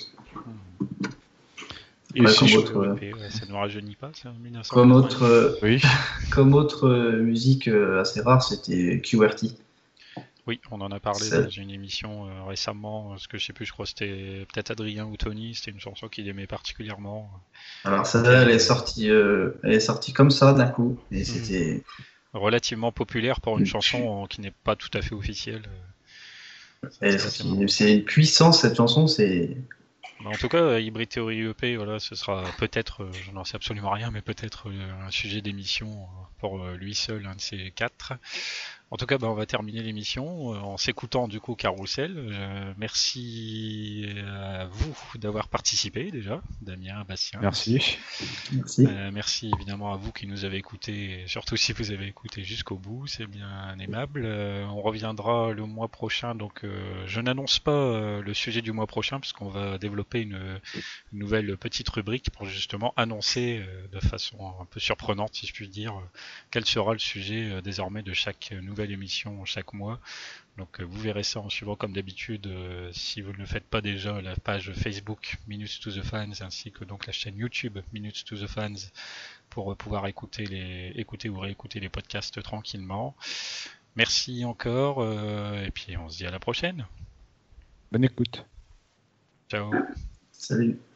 Et ouais, ça ne nous rajeunit pas, ça, 1900. Comme autre musique assez rare, c'était QWERTY. Oui, on en a parlé dans une émission récemment, parce que je sais plus, je crois que c'était peut-être Adrien ou Tony, c'était une chanson qu'il aimait particulièrement. Alors ça, elle est sortie comme ça d'un coup, et c'était relativement populaire pour une chanson qui n'est pas tout à fait officielle. C'est une puissance cette chanson, c'est. En tout cas, Hybrid Theory EP, voilà, ce sera peut-être, je n'en sais absolument rien, mais peut-être un sujet d'émission pour lui seul, un de ces 4. En tout cas, on va terminer l'émission en s'écoutant du coup Carousel. Merci à vous d'avoir participé déjà, Damien, Bastien. Merci. Merci évidemment à vous qui nous avez écoutés, surtout si vous avez écouté jusqu'au bout, c'est bien aimable. On reviendra le mois prochain, donc je n'annonce pas le sujet du mois prochain puisqu'on va développer une nouvelle petite rubrique pour justement annoncer de façon un peu surprenante, si je puis dire, quel sera le sujet désormais de chaque nouvelle émission chaque mois. Donc vous verrez ça en suivant comme d'habitude, si vous ne le faites pas déjà, la page Facebook Minutes to the Fans ainsi que donc la chaîne YouTube Minutes to the Fans pour pouvoir écouter ou réécouter les podcasts tranquillement. Merci encore et puis on se dit à la prochaine. Bonne écoute. Ciao. Salut.